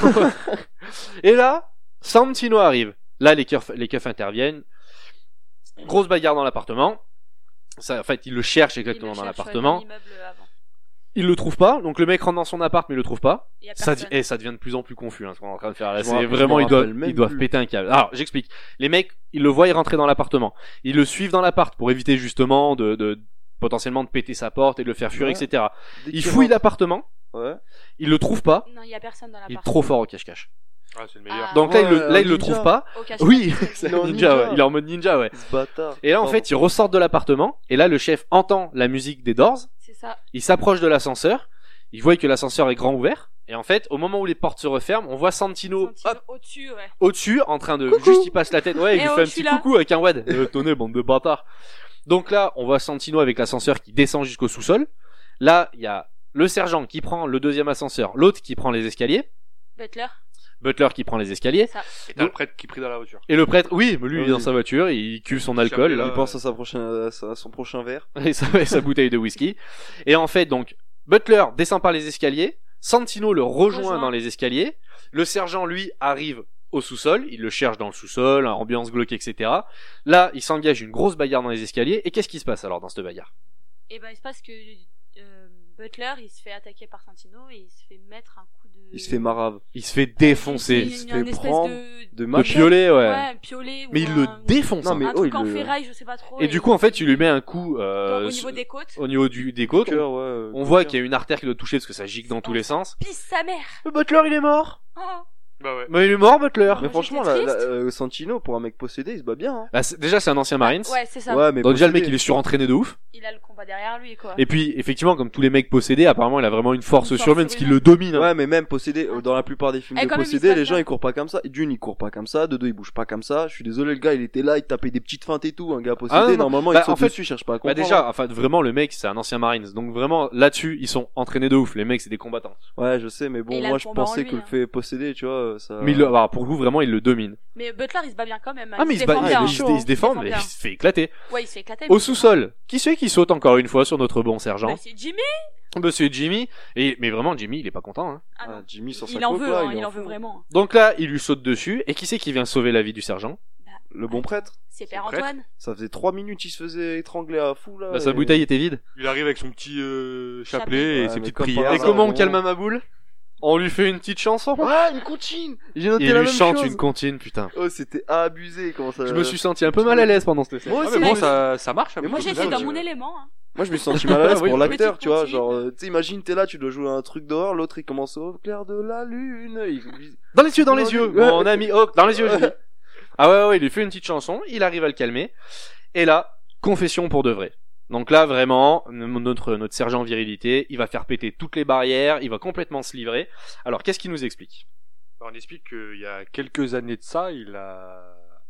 Et là, Santino arrive. Là, les keufs, les keufs interviennent. Grosse bagarre dans l'appartement. Ça, en fait, ils le cherchent exactement Il le dans cherche, l'appartement. ouais, dans l'immeuble avant. Ils le trouvent pas. Donc le mec rentre dans son appart, mais il le trouve pas. Il y a Ça, personne. et ça devient de plus en plus confus, hein, ce qu'on est en train de faire là. Je me C'est rappelle- vraiment, je ils me doivent, rappelle même ils doivent plus. péter un câble. Alors, j'explique. Les mecs, ils le voient y rentrer dans l'appartement. Ils le suivent dans l'appart pour éviter justement de, de, potentiellement de péter sa porte et de le faire fuir, Ouais. et cetera. Dès Ils qu'il fouillent rentre- l'appartement. Ouais. Ils le trouvent pas. Non, il y a personne dans Il est l'appart. trop fort au cache-cache. Ah, c'est le meilleur. Ah. Donc là, il le, Ouais, là, il le ninja. trouve pas. Au cache Oui, cache. c'est Il est en un ninja, ninja. ouais. Il est en mode ninja, ouais. Ce bâtard. Et là, en Pardon. fait, ils ressortent de l'appartement. Et là, le chef entend la musique des Doors. C'est ça. Il s'approche de l'ascenseur. Il voit que l'ascenseur est grand ouvert. Et en fait, au moment où les portes se referment, on voit Santino, Santino hop, au-dessus, ouais. au-dessus, en train de, Coucou. juste il passe la tête. Ouais, il Eh lui oh, fait un je suis petit là. coucou avec un wad. Euh, tenez, bande de bâtards. Donc là, on voit Santino avec l'ascenseur qui descend jusqu'au sous-sol. Là, il y a le sergent qui prend le deuxième ascenseur, l'autre qui prend les escaliers, Butler. Butler qui prend les escaliers, Ça. Et t'as le prêtre qui prie dans la voiture. et le prêtre, oui, mais lui, il est Oui. dans sa voiture, il cuve son alcool, là. Il pense à sa prochaine, à sa- à son prochain verre. et sa, et sa bouteille de whisky. Et en fait, donc, Butler descend par les escaliers, Santino le rejoint, Rejoint. dans les escaliers, le sergent, lui, arrive au sous-sol, il le cherche dans le sous-sol, ambiance glauque, et cetera. Là, il s'engage une grosse bagarre dans les escaliers, et qu'est-ce qui se passe alors dans cette bagarre? Et ben il se passe que euh, Butler il se fait attaquer par Santino et il se fait mettre un coup de. Il se fait marave. Il se fait défoncer. Il se y a une fait espèce prendre de. De Le machette. piolet, ouais. Ouais, piolet. Mais ou il un... le défonce. Non, hein. mais un oh, truc il en le- ferraille, je sais pas trop. Et du coup, en fait, il lui met un coup euh, Dans- au niveau des côtes. au niveau du, des côtes. Cœur, ouais, On euh, voit cœur. qu'il y a une artère qui doit toucher parce que ça gicle dans tous les sens. Pisse sa mère. Le Butler, il est mort. Oh. Bah ouais. Mais il est mort, Butler. Mais Moi, franchement, j'étais la, la- triste. euh, Santino, pour un mec possédé, il se bat bien. Hein. Bah, c'est- déjà, c'est un ancien Marines. Ouais, c'est ça. Ouais, mais Donc déjà, le mec, possédé. il est surentraîné de ouf. Il a le combat derrière lui, quoi. Et puis, effectivement, comme tous les mecs possédés, apparemment, il a vraiment une force Une force surhumaine, parce qu'il surhumaine. le domine. hein. Ouais, mais même possédé, euh, dans la plupart des films Eh, de quand même, il se possédé, bat les gens bien. ils courent pas comme ça. D'une, il court pas comme ça. De deux, il bouge pas comme ça. Je suis désolé, le gars, il était là, il tapait des petites feintes et tout. Un gars possédé, Ah, non, non. normalement, Bah, il saute en fait- dessus, il cherche pas à Bah comprendre. déjà, enfin, vraiment, le mec, c'est un ancien Marines. Donc vraiment, là-dessus, ils sont entraînés de ouf. Les mecs, c'est des combattants. Ouais, je sais, mais Et bon, il a moi, le je combat en pensais lui, que le hein. fait possédé, tu vois, ça. Mais il le- bah, pour vous, vraiment, il le domine. Mais Butler, il se bat bien quand même. hein. Ah, mais il se, bat- défend il, bien. il se- il se défend, mais bien. il se fait éclater. Ouais, il se fait éclater. Au mais- sous-sol, qui c'est qui saute encore une fois sur notre bon sergent? Bah, c'est Jimmy. Bah, c'est Jimmy. Et, mais vraiment, Jimmy, il est pas content, hein. Ah, Ah, non. Jimmy sur sa Il en coque, veut, là, hein, il en fou. veut vraiment. Donc là, il lui saute dessus. Et qui c'est qui vient sauver la vie du sergent? Le bon prêtre. C'est Père prêtre. Antoine. Ça faisait trois minutes, il se faisait étrangler à fou, là. Bah, sa et- bouteille était vide. Il arrive avec son petit euh, Chapelet. chapelet et Ouais, ses mais petites comme par prières. Et hasard, comment on bon. calme ma boule? On lui fait une petite chanson. Ah, une comptine! J'ai noté Il la lui même chante chose. une comptine, putain. Oh, c'était abusé, comment ça. Je me suis senti un peu mal à l'aise pendant cette scène. Moi Ah, aussi, mais bon, mais- ça, ça marche. hein, Mais mais Moi, Moi, j'étais je- dans je- mon élément. Hein. Moi, je me suis senti mal à l'aise Oui, pour petite l'acteur, tu vois. comptine. Genre, euh, tu sais, imagine, t'es là, tu dois jouer un truc d'horreur, l'autre il commence au clair de la lune. Il... Dans les yeux, dans les yeux. Ouais. Mon ami, oh, dans les yeux, je dis. Ah ouais, ouais, il lui fait une petite chanson, il arrive à le calmer. Et là, confession pour de vrai. Donc là, vraiment, notre, notre sergent virilité, il va faire péter toutes les barrières, il va complètement se livrer. Alors, qu'est-ce qu'il nous explique? On explique qu'il y a quelques années de ça, il a,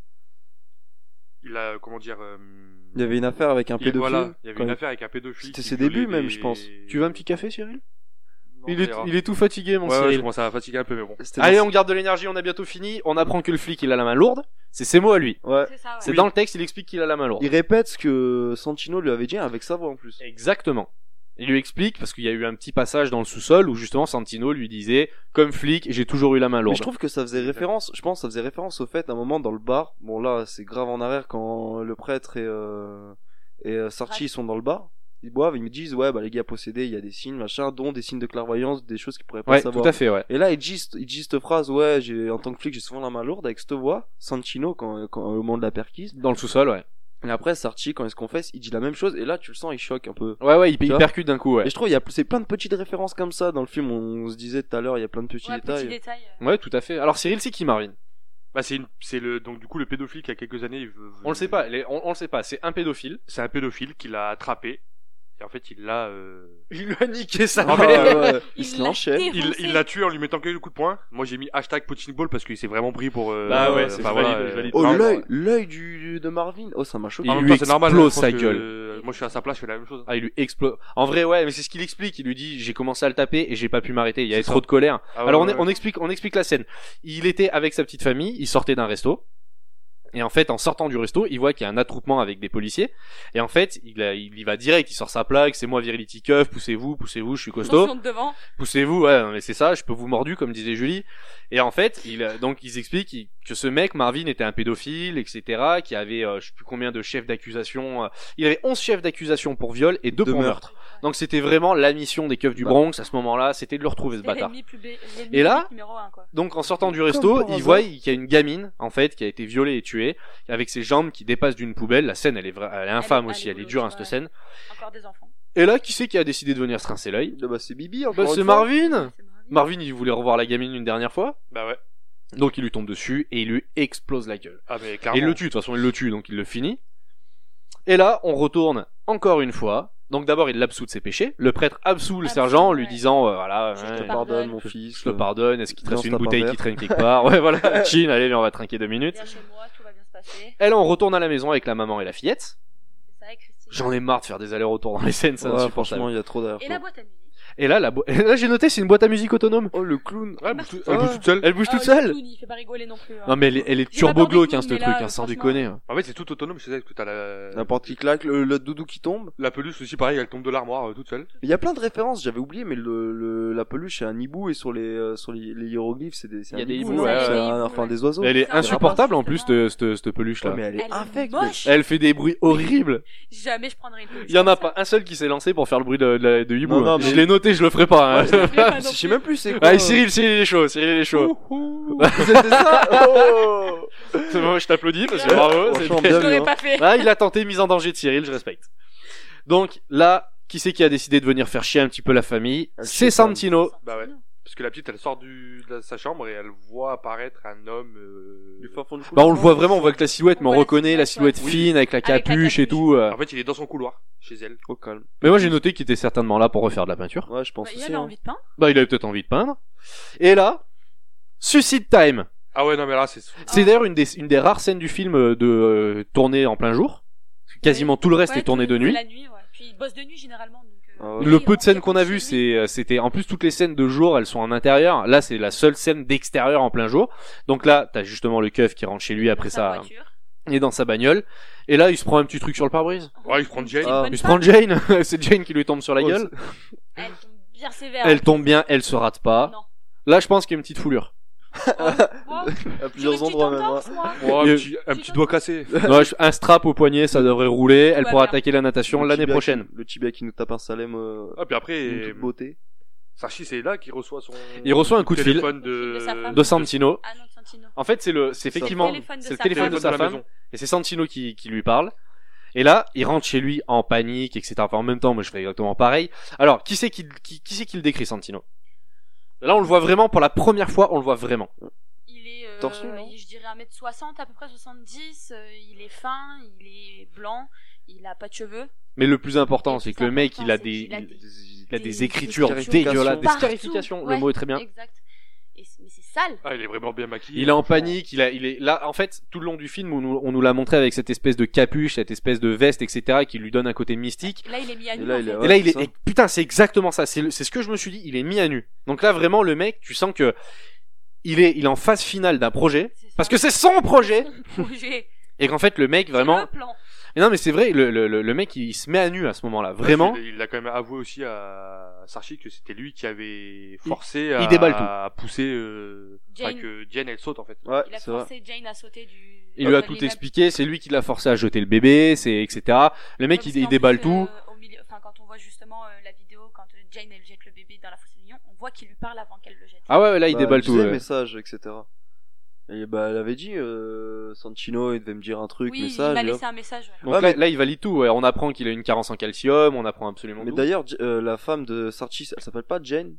il a, comment dire, euh... Il y avait une affaire avec un il- pédophile. Voilà, il y avait quand une il- affaire avec un pédophile. C'était qui ses violait débuts, même, des- je pense. Tu veux un petit café, Cyril? Non, il, ça est, ira. il est tout fatigué, mon Ouais, ouais, je Cyril. commence à fatiguer un peu, mais bon. C'était Allez, dans- on garde de l'énergie, on a bientôt fini. On apprend que le flic, il a la main lourde. C'est ses mots à lui. Ouais. C'est ça, ouais. C'est Oui. dans le texte, il explique qu'il a la main lourde. Il répète ce que Santino lui avait dit avec sa voix en plus. Exactement. Il lui explique, parce qu'il y a eu un petit passage dans le sous-sol où justement Santino lui disait, comme flic, j'ai toujours eu la main Mais lourde. je trouve que ça faisait référence, je pense, que ça faisait référence au fait, à un moment dans le bar. Bon, là, c'est grave en arrière quand le prêtre et, euh, et euh, Sarchi sont dans le bar. Ils boivent, ils me disent, ouais, bah, les gars possédés, il y a des signes, machin, dont des signes de clairvoyance, des choses qu'ils pourraient pas Ouais, savoir. tout à fait, ouais. Et là, il dit, il dit cette phrase, ouais, j'ai, en tant que flic, j'ai souvent la main lourde avec cette voix. Santino, quand, quand, au moment de la perquise. Dans le sous-sol, ouais. Et après, Sarchi, quand il se confesse, il dit la même chose, et là, tu le sens, il choque un peu. Ouais, ouais, il, il vois percute d'un coup, ouais. Et je trouve, il y a, c'est plein de petites références comme ça dans le film, on, se disait tout à l'heure, il y a plein de petits Ouais, détails. petit détail. euh. Ouais, tout à fait. Alors Cyril, c'est qui Marvin? Bah, c'est une, c'est le, donc, du coup, le pédophile qui, il y a quelques années, il veut- On le sait pas, les- on, on le sait pas. C'est un pédophile. c'est un pédophile qui l'a attrapé. Et en fait, il l'a, euh... Il lui a niqué sa Ah, mère. ouais, ouais. Il Il se l'a l'enchaîne. il, défoncé. il l'a tué en lui mettant quelques coups de poing. Moi, j'ai mis hashtag punching ball parce qu'il s'est vraiment pris pour, euh, Bah ouais, euh, c'est enfin, valide, voilà, je euh, valide. Oh, Non, l'œil, non. l'œil du, de Marvin. Oh, ça m'a choqué. Il En même lui temps, c'est normal, explose je pense sa que, gueule. euh, moi, je suis à sa place, je fais la même chose. Ah, il lui explose. En vrai, ouais, mais c'est ce qu'il explique. Il lui dit, j'ai commencé à le taper et j'ai pas pu m'arrêter. Il y avait C'est trop ça. de colère. Ah ouais, Alors on, ouais, est- on explique, on explique la scène. Il était avec sa petite famille, il sortait d'un resto. Et en fait, en sortant du resto, il voit qu'il y a un attroupement avec des policiers. Et en fait, il, a- il y va direct, il sort sa plaque, c'est moi Virility Keuf, poussez-vous, poussez-vous, je suis costaud. Attention de devant. Poussez-vous, ouais, non, mais c'est ça, je peux vous mordu, comme disait Julie. Et en fait, il, a- donc ils expliquent il- que ce mec, Marvin, était un pédophile, et cetera, qui avait, euh, je sais plus combien de chefs d'accusation. euh, il avait onze chefs d'accusation pour viol et deux Deux pour meurtres. meurtre. Donc c'était vraiment la mission des keufs du Bah. Bronx à ce moment-là, c'était de le retrouver ce C'était bâtard. l'ennemi plus bé- l'ennemi Et là, public numéro un, quoi. Donc en sortant du Comme resto, par il hasard. voit qu'il y a une gamine en fait qui a été violée et tuée avec ses jambes qui dépassent d'une poubelle. La scène elle est vra- elle est infâme Elle est- aussi, elle est elle est glauque, dure hein, ouais. cette scène. Encore des enfants. Et là, qui c'est qui a décidé de venir se rincer l'œil? Ah bah, c'est Bibi, Bah, encore c'est une fois. Marvin. C'est Marvin. Marvin, il voulait revoir la gamine une dernière fois, Bah ouais. donc il lui tombe dessus et il lui explose la gueule. Ah, mais Et clairement. il le tue, de toute façon il le tue, donc il le finit. Et là, on retourne encore une fois. Donc d'abord, il l'absout de ses péchés. Le prêtre absout le Absout, sergent en lui ouais. disant, euh, voilà, Je ouais, te Je te Ouais. pardonne, mon je- fils. je te pardonne. Est-ce qu'il te Viens, reste on une se tape un bouteille qui verre. traîne quelque part? Ouais, voilà. Chin, allez, on va trinquer deux minutes. Viens chez moi, tout va bien se passer. Et là, on retourne à la maison avec la maman et la fillette. C'est ça, et Christine. J'en ai marre de faire des allers-retours dans les scènes, c'est Ouais, insupportable. franchement, il y a trop d'ailleurs. Et la boîte à musique. Et là, la bo- là j'ai noté, c'est une boîte à musique autonome. Oh, le clown. Ouais, elle bouge, tout- Ah. elle bouge toute seule. Elle bouge Ah, toute le seule. clown, il fait pas rigoler non plus. hein. Non mais elle est, elle est J'ai pas turbo peur des glauque, clowns, hein, ce mais truc, là, hein, sans franchement, déconner. hein. En fait, c'est tout autonome, c'est-à-dire que t'as la... N'importe qui claque, le, le doudou qui tombe. La peluche aussi, pareil, elle tombe de l'armoire euh, toute seule. Il y a plein de références, j'avais oublié, mais le, le la peluche c'est un hibou et sur les euh, sur les, les hiéroglyphes c'est des c'est Il y a un des hibou, hiboux, non ouais, C'est ouais. un- enfin des oiseaux. Elle est Ça, insupportable ça en plus, va. cette, cette, cette peluche Ouais, là. mais elle est Elle est infecte. moche. Elle fait des bruits horribles. Jamais je prendrai une peluche. Il y en a comme pas un seul qui s'est lancé pour faire le bruit de, de, de hibou. Non, non, hein. mais- Je l'ai noté, je le ferai pas. Hein. ça. Je pas non Je sais plus. même plus c'est quoi. Allez, Cyril, Cyril il est chaud, Cyril il est chaud. C'était ça. Oh. C'est bon, je t'applaudis parce que bravo. Franchement, c'était- bien Je l'aurais vu, hein. pas fait. Ah, il a tenté mise en danger de Cyril, je respecte. Donc là, qui c'est qui a décidé de venir faire chier un petit peu la famille? Ah, C'est c'est ça. Santino. Bah ouais. Parce que la petite, elle sort du, de sa chambre et elle voit apparaître un homme. Euh... Du fin fond du Bah on le couloir. voit vraiment, on voit que la silhouette, mais on Ouais, la reconnaît la silhouette, silhouette ouais. fine avec la Avec la capuche et capuche. tout. euh. En fait, il est dans son couloir, chez elle. Au calme. Mais moi j'ai noté qu'il était certainement là pour refaire de la peinture. Ouais, je pense Bah, il aussi. avait hein. envie de pain. Bah il avait peut-être envie de peindre. Et là, Suicide Time. Ah ouais, non, mais là, c'est... C'est d'ailleurs une des, une des rares scènes du film euh, de euh, tournée en plein jour. Quasiment tout le reste Ouais, est tourné tout- de nuit. La nuit, ouais. Puis il bosse de nuit généralement. Donc, euh, Ah ouais. Le il peu de rentre- scènes il qu'on a rentre vues, chez lui. c'est, c'était, en plus toutes les scènes de jour, elles sont en intérieur. Là, c'est la seule scène d'extérieur en plein jour. Donc là, t'as justement le keuf qui rentre chez lui après Dans sa ça, voiture. il est dans sa bagnole. Et là, il se prend un petit truc sur le pare-brise. Ouais, il se prend Jane. C'est une Ah. bonne Il se femme. prend Jane. C'est Jane qui lui tombe sur la Oh, gueule. Elle tombe bien sévère. Elle tombe bien, elle se rate pas. Non. Là, je pense qu'il y a une petite foulure. Oh, wow. À J'ai plusieurs une petite endroits même. hein. entorse, moi. Oh, un Il- petit, un petit doigt cassé. Ouais, je- un strap au poignet, ça devrait rouler. Elle va pourra bien. attaquer la natation Le l'année tibia prochaine. qui- Le tibia qui nous tape un salem. euh, Ah, puis après, Une toute beauté. Sarchi, c'est là qu'il reçoit son... Il reçoit un coup de fil téléphone de... De sa femme. de Santino. Ah non, Santino. En fait, c'est le, c'est effectivement, le téléphone de c'est le sa téléphone femme. de sa la femme. maison. Et c'est Santino qui, qui lui parle. Et là, il rentre chez lui en panique, et cetera. Enfin, en même temps, moi, je fais exactement pareil. Alors, qui c'est qui, qui, qui c'est qui le décrit, Santino? Là, on le voit vraiment pour la première fois, on le voit vraiment. Il est, euh, Torse nu, non il- je dirais un mètre soixante, à peu près soixante-dix. euh, il est fin, il est blanc, il a pas de cheveux. Mais le plus important, Et c'est le que plus le mec, important, il a c'est des, qu'il a il, des- il a des des écritures scarifications. dégueulasses, des Partout. scarifications. Le Ouais, mot est très bien. Exact. Et c'est- mais c'est sale. Ah, il est vraiment bien maquillé. Il est en panique, il a, il est là. En fait, tout le long du film, on nous, on nous l'a montré avec cette espèce de capuche, cette espèce de veste, et cetera, qui lui donne un côté mystique. Là, il est mis à Et nu. là, en il est- fait. Ouais, et là, il c'est est, ça. et putain, c'est exactement ça. C'est, le- c'est ce que je me suis dit. Il est mis à nu. Donc là, vraiment, le mec, tu sens que il est, il est en phase finale d'un projet, C'est ça. parce que c'est son projet, Son projet. et qu'en fait, le mec, C'est vraiment. le plan. Mais non, mais c'est vrai, le, le, le, le mec, il se met à nu à ce moment-là. Vraiment. Il, il a quand même avoué aussi à Sarchi que c'était lui qui avait forcé il à, déballe tout. à pousser, euh, enfin, Jane. que Jane, elle saute, en fait. Ouais, Il a c'est vrai. forcé Jane à sauter du. Il lui a de tout l'immeuble. expliqué. C'est lui qui l'a forcé à jeter le bébé, c'est, et cetera. Le mec, Ouais, il, parce il qu'en déballe plus, tout. euh, au milieu, enfin, quand on voit justement euh, la vidéo, quand euh, Jane elle jette le bébé dans la fosse aux lions, on voit qu'il lui parle avant qu'elle le jette. Ah ouais, ouais, là, il Bah, déballe elle tout. disait ouais. message, et cetera. Et bah, elle avait dit, euh, Santino, il devait me dire un truc, oui, message. il m'a et hop. laissé un message. Ouais. Donc Ouais, là, mais- là, il valide tout. Ouais. On apprend qu'il a une carence en calcium, on apprend absolument Mais tout. d'ailleurs, J- euh, la femme de Sarchi, elle s'appelle pas Jane?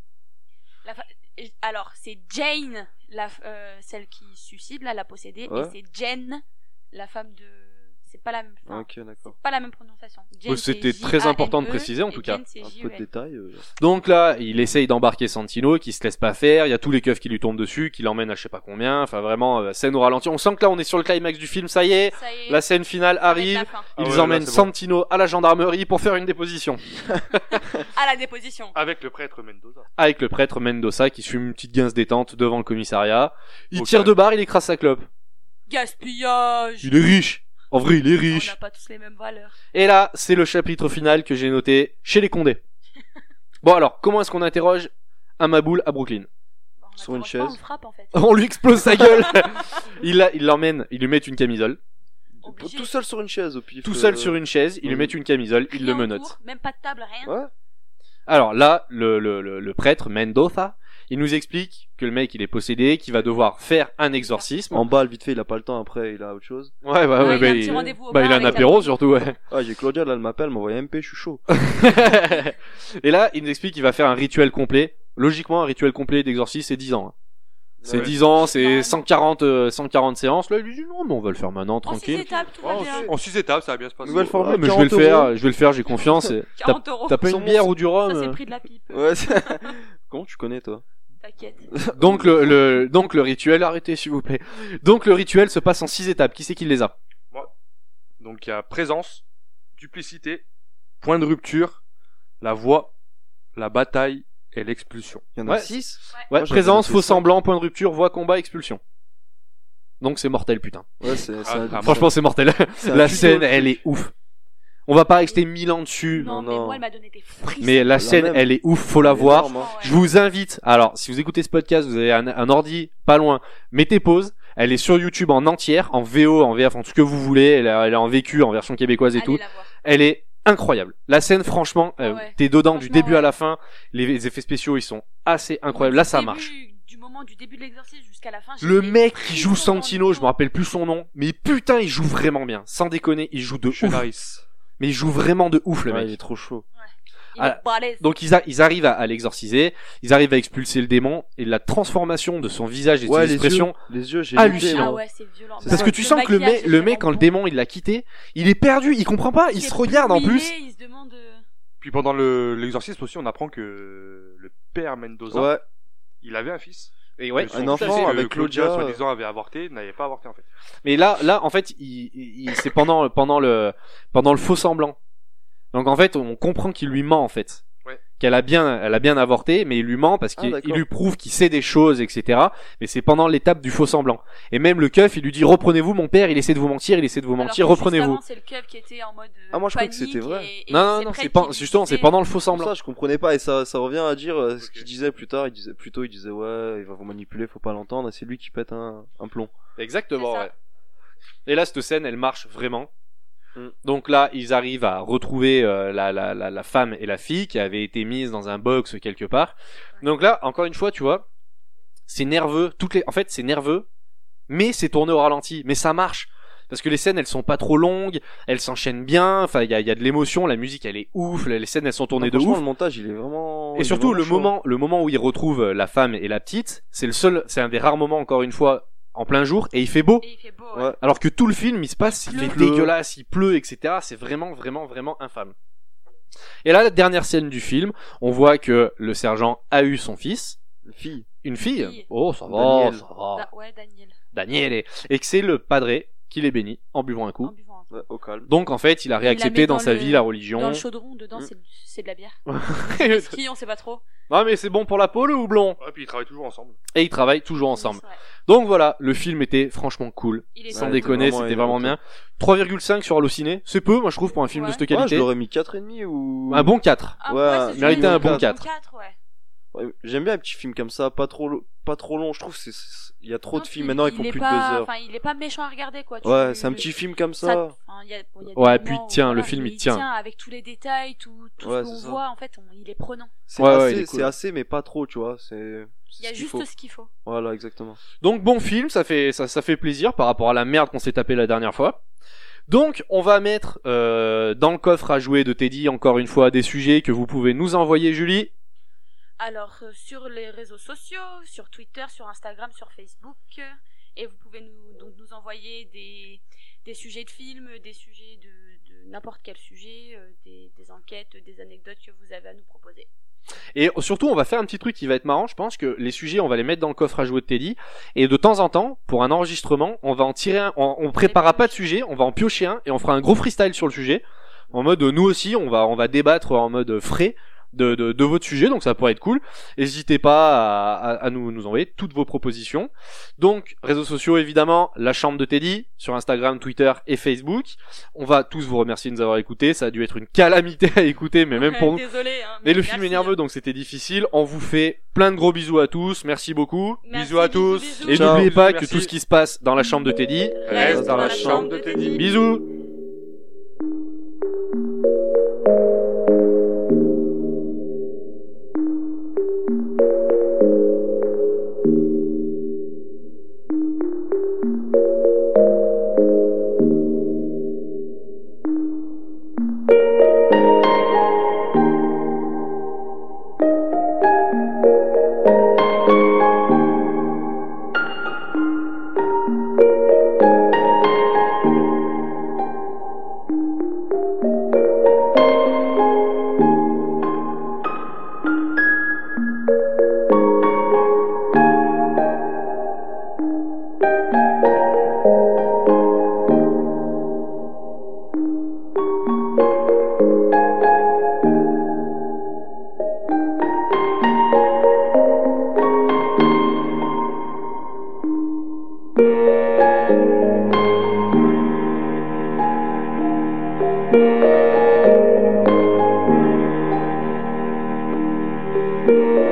La fa- et- Alors, c'est Jane, la, f- euh, celle qui suicide, là, la possédée, Ouais. et c'est Jen, la femme de. C'est pas la même. enfin, Ok, d'accord. c'est pas la même prononciation. Jen, Ouais, c'était c'est très important de J A N E, préciser, en et tout cas. Jen, c'est Un J peu E de N. détails. euh. Donc là, il essaye d'embarquer Santino, qui se laisse pas faire. Il y a tous les keufs qui lui tombent dessus, qui l'emmènent à je sais pas combien. Enfin, vraiment, euh, scène au ralenti. On sent que là, on est sur le climax du film. Ça y est, Ça y est, la scène finale ça va être arrive. la fin. Ah Ils ouais, là, emmènent c'est bon. Santino à la gendarmerie pour faire une déposition. À la déposition. Avec le prêtre Mendoza. Avec le prêtre Mendoza qui fume une petite guince détente devant le commissariat. Il Ok. tire deux barres, il écrase sa clope. Gaspillage. Il est riche. En vrai, il est On riche. n'a pas tous les mêmes valeurs. Et là, c'est le chapitre final que j'ai noté chez les Condés. Bon alors, comment est-ce qu'on interroge un Maboul à Brooklyn? Bon, on Sur une interroge pas, chaise. On frappe en fait. On lui explose sa gueule. il la- il l'emmène, il lui met une camisole. Obligé. Tout seul sur une chaise, au pif. Tout euh, seul sur une chaise, il lui oui. met une camisole, il Rien le autour, menotte. Même pas de table, rien. Ouais. Alors là, le, le, le, le prêtre Mendoza, il nous explique que le mec il est possédé, qu'il va devoir faire un exorcisme. En balle, vite fait, il a pas le temps, après, il a autre chose. Ouais, ouais, Ah, ouais, il bah, a un il, petit rendez-vous au bah, bar il a un avec la apéro famille. surtout, ouais. Ah, j'ai Claudia, là, elle m'appelle, elle m'envoie M P, je suis chaud. Et là, il nous explique qu'il va faire un rituel complet. Logiquement, un rituel complet d'exorcisme, c'est dix ans. hein. C'est Ouais. dix ans, c'est Non. cent quarante, euh, cent quarante séances. Là, il lui dit non, mais on va le faire maintenant, En six tranquille. étapes, tout va Oh, en, bien. six, en six étapes, ça va bien se passer. Nouvelle formule. Ouais, mais je vais le quarante faire, euros. je vais le faire, j'ai confiance. Et- T'as quarante euros. t'as pas Sur une mon bière site. ou du Ça, rhum c'est le euh prix de la pipe. Ouais, c'est- Comment tu connais, toi? T'inquiète. Donc le, le donc le rituel, arrêtez s'il vous plaît. Donc le rituel se passe en six étapes. Qui c'est qui les a? Donc il y a présence, duplicité, point de rupture, la voix, la bataille et l'expulsion. Il y en a Ouais. six. Ouais, Moi, j'avais présence, noté faux cinq. semblant, point de rupture, voie, combat, expulsion. Donc c'est mortel, putain. Ouais, c'est, c'est un- Ah, Franchement, c'est mortel. c'est un La tuto, scène, le elle truc. est ouf. On va pas rester mille ans dessus, Non, Non, mais non. moi, elle m'a donné des frissons. mais la La scène, même. elle est ouf, faut la Elle est voir. énorme, hein. Ouais. Je vous invite, alors si vous écoutez ce podcast, vous avez un, un ordi pas loin, mettez pause. Elle est sur YouTube en entière, en V O, en V F, en tout ce que vous voulez. Elle, est- elle est en vécu, en version québécoise et Allez tout. la voir. Elle est incroyable. La scène, franchement, euh, Ah ouais. t'es dedans du Franchement, début à ouais. la fin. Les, les effets spéciaux, ils sont assez incroyables. Là, Du ça début- marche. Du moment du début de l'exercice jusqu'à la fin. j'ai Le des mec qui joue frissons dans le Santino, je dos. me rappelle plus son nom, mais putain, il joue vraiment bien. Sans déconner, il joue de Sean ouf. Harris. Mais il joue vraiment de ouf, le Ouais, mec. il est trop chaud. Il Ah, est balèze. Donc ils, a- ils arrivent à, à l'exorciser, ils arrivent à expulser le démon, et la transformation de son visage et de Ouais, ses les expressions, yeux, les yeux, j'ai hallucinant. Ah noté, ouais, c'est violent. C'est parce ça. que tu sens que le mec, le mec quand le démon démon il l'a quitté, il est perdu, il comprend pas, il se regarde en plus. Il se demande. euh, Puis pendant le, l'exorcisme aussi, on apprend que le père Mendoza, Ouais, il avait un fils. Et ouais, Que son un fils, enfant que avec Claudia, euh. soi-disant, avait avorté, n'avait pas avorté en fait. mais là, là, en fait, il, il, il- c'est pendant, pendant le, pendant le faux semblant. Donc en fait, on comprend qu'il lui ment en fait. Ouais. Qu'elle a bien, elle a bien avorté, mais il lui ment parce Ah, qu'il d'accord. il lui prouve qu'il sait des choses, et cetera. Mais c'est pendant l'étape du faux semblant. Et même le keuf, il lui dit reprenez-vous, mon père, il essaie de vous mentir, il essaie de vous alors mentir, que juste reprenez-vous. avant, c'est le keuf qui était en mode. euh, Ah, moi, je croyais que panique c'était vrai. et- et Non, non, c'est non, prêtre c'est qui pas, lui justement, c'est disait- pendant le faux Pour semblant. ça, je comprenais pas, et ça, ça revient à dire euh, ce Ok. qu'il disait plus tard. Il disait plutôt, il disait ouais, il va vous manipuler, faut pas l'entendre, et c'est lui qui pète un, un plomb. Exactement, C'est ça. ouais. Et là, cette scène, elle marche vraiment. Mm. Donc là, ils arrivent à retrouver euh, la, la, la, la femme et la fille qui avaient été mises dans un box quelque part. Donc là, encore une fois, tu vois, c'est nerveux. Toutes les, en fait, c'est nerveux, mais c'est tourné au ralenti. Mais ça marche parce que les scènes, elles sont pas trop longues, elles s'enchaînent bien. Enfin, il y a, il y a de l'émotion. La musique, elle est ouf. Les scènes, elles sont tournées Non, de franchement, ouf. le montage, il est vraiment. il Et est surtout, vraiment le chaud. moment, le moment où ils retrouvent la femme et la petite, c'est le seul, c'est un des rares moments, encore une fois, en plein jour, et il fait beau. Et il fait beau. Ouais. Ouais. Alors que tout le film, il se passe, il pleut. fait dégueulasse, il pleut, et cetera. C'est vraiment, vraiment, vraiment infâme. Et là, la dernière scène du film, on voit que le sergent a eu son fils, Fille. une fille. Fille. Oh, ça va, Daniel. ça va. Da- ouais, Daniel. Daniel, et, et que c'est le padré qui les bénit en buvant un coup. En buvant un coup. Ouais, au calme. Donc, en fait, il a la réaccepté met dans, dans sa le- vie la religion. Dans le chaudron, dedans, Mm. c'est c'est de la bière. non, Whisky, on sait pas trop. mais c'est bon pour la peau, le houblon. Ouais, puis ils travaillent toujours ensemble. Et ils travaillent toujours ensemble. Ouais. Donc voilà, le film était franchement cool. Il est Sans Ouais, déconner, c'était c'était vraiment vraiment énorme. bien. trois virgule cinq sur Allociné, c'est peu, moi je trouve, pour un film Ouais. de cette Ouais, je qualité. l'aurais mis quatre et demi ou. Un bon quatre. Ah, Ouais, ouais, c'est mériter celui-là, un bon le quatre. ouais. Ouais, j'aime bien un petit film comme ça, pas trop, lo- pas trop long. Je trouve que c'est, c'est- il y a trop Non, de films il- maintenant, ils il font est plus pas- de deux heures. Enfin, il est pas méchant à regarder, quoi. Tu- Ouais, c'est un petit film comme ça- ça. enfin, il y a- bon, il y a des Ouais, moments puis il où, tient, le voilà, film, mais il tient. avec tous les détails, tout, tout Ouais, ce qu'on c'est ça. voit, en fait, on- il est prenant. C'est Ouais, ouais, assez, il est cool. c'est assez, mais pas trop, tu vois. C'est. c'est Il y a ce qu'il juste faut. ce qu'il faut. Voilà, exactement. Donc bon film, ça fait ça, ça fait plaisir par rapport à la merde qu'on s'est tapé la dernière fois. Donc on va mettre euh, dans le coffre à jouer de Teddy encore une fois des sujets que vous pouvez nous envoyer, Julie. Alors, euh, sur les réseaux sociaux, sur Twitter, sur Instagram, sur Facebook, euh, et vous pouvez nous, donc nous envoyer des, des sujets de films, des sujets de, de n'importe quel sujet, euh, des, des enquêtes, des anecdotes que vous avez à nous proposer. Et surtout, on va faire un petit truc qui va être marrant. Je pense que les sujets, on va les mettre dans le coffre à jouer de Teddy. Et de temps en temps, pour un enregistrement, on va en tirer un. On, on préparera pas de sujet, on va en piocher un et on fera un gros freestyle sur le sujet. En mode, nous aussi, on va on va débattre en mode frais de de, de votre sujet. Donc ça pourrait être cool. N'hésitez pas à, à, à nous nous envoyer toutes vos propositions. Donc réseaux sociaux évidemment, la chambre de Teddy sur Instagram, Twitter et Facebook. On va tous vous remercier de nous avoir écoutés. Ça a dû être une calamité à écouter, mais même pour nous. Désolé, hein, Mais le merci, film est nerveux, donc c'était difficile. On vous fait plein de gros bisous à tous. Merci beaucoup. Merci, Bisous à bisous, tous. bisous. Et Ciao. n'oubliez pas Merci. que tout ce qui se passe dans la chambre de Teddy Reste dans la chambre de Teddy. Bisous. Thank you.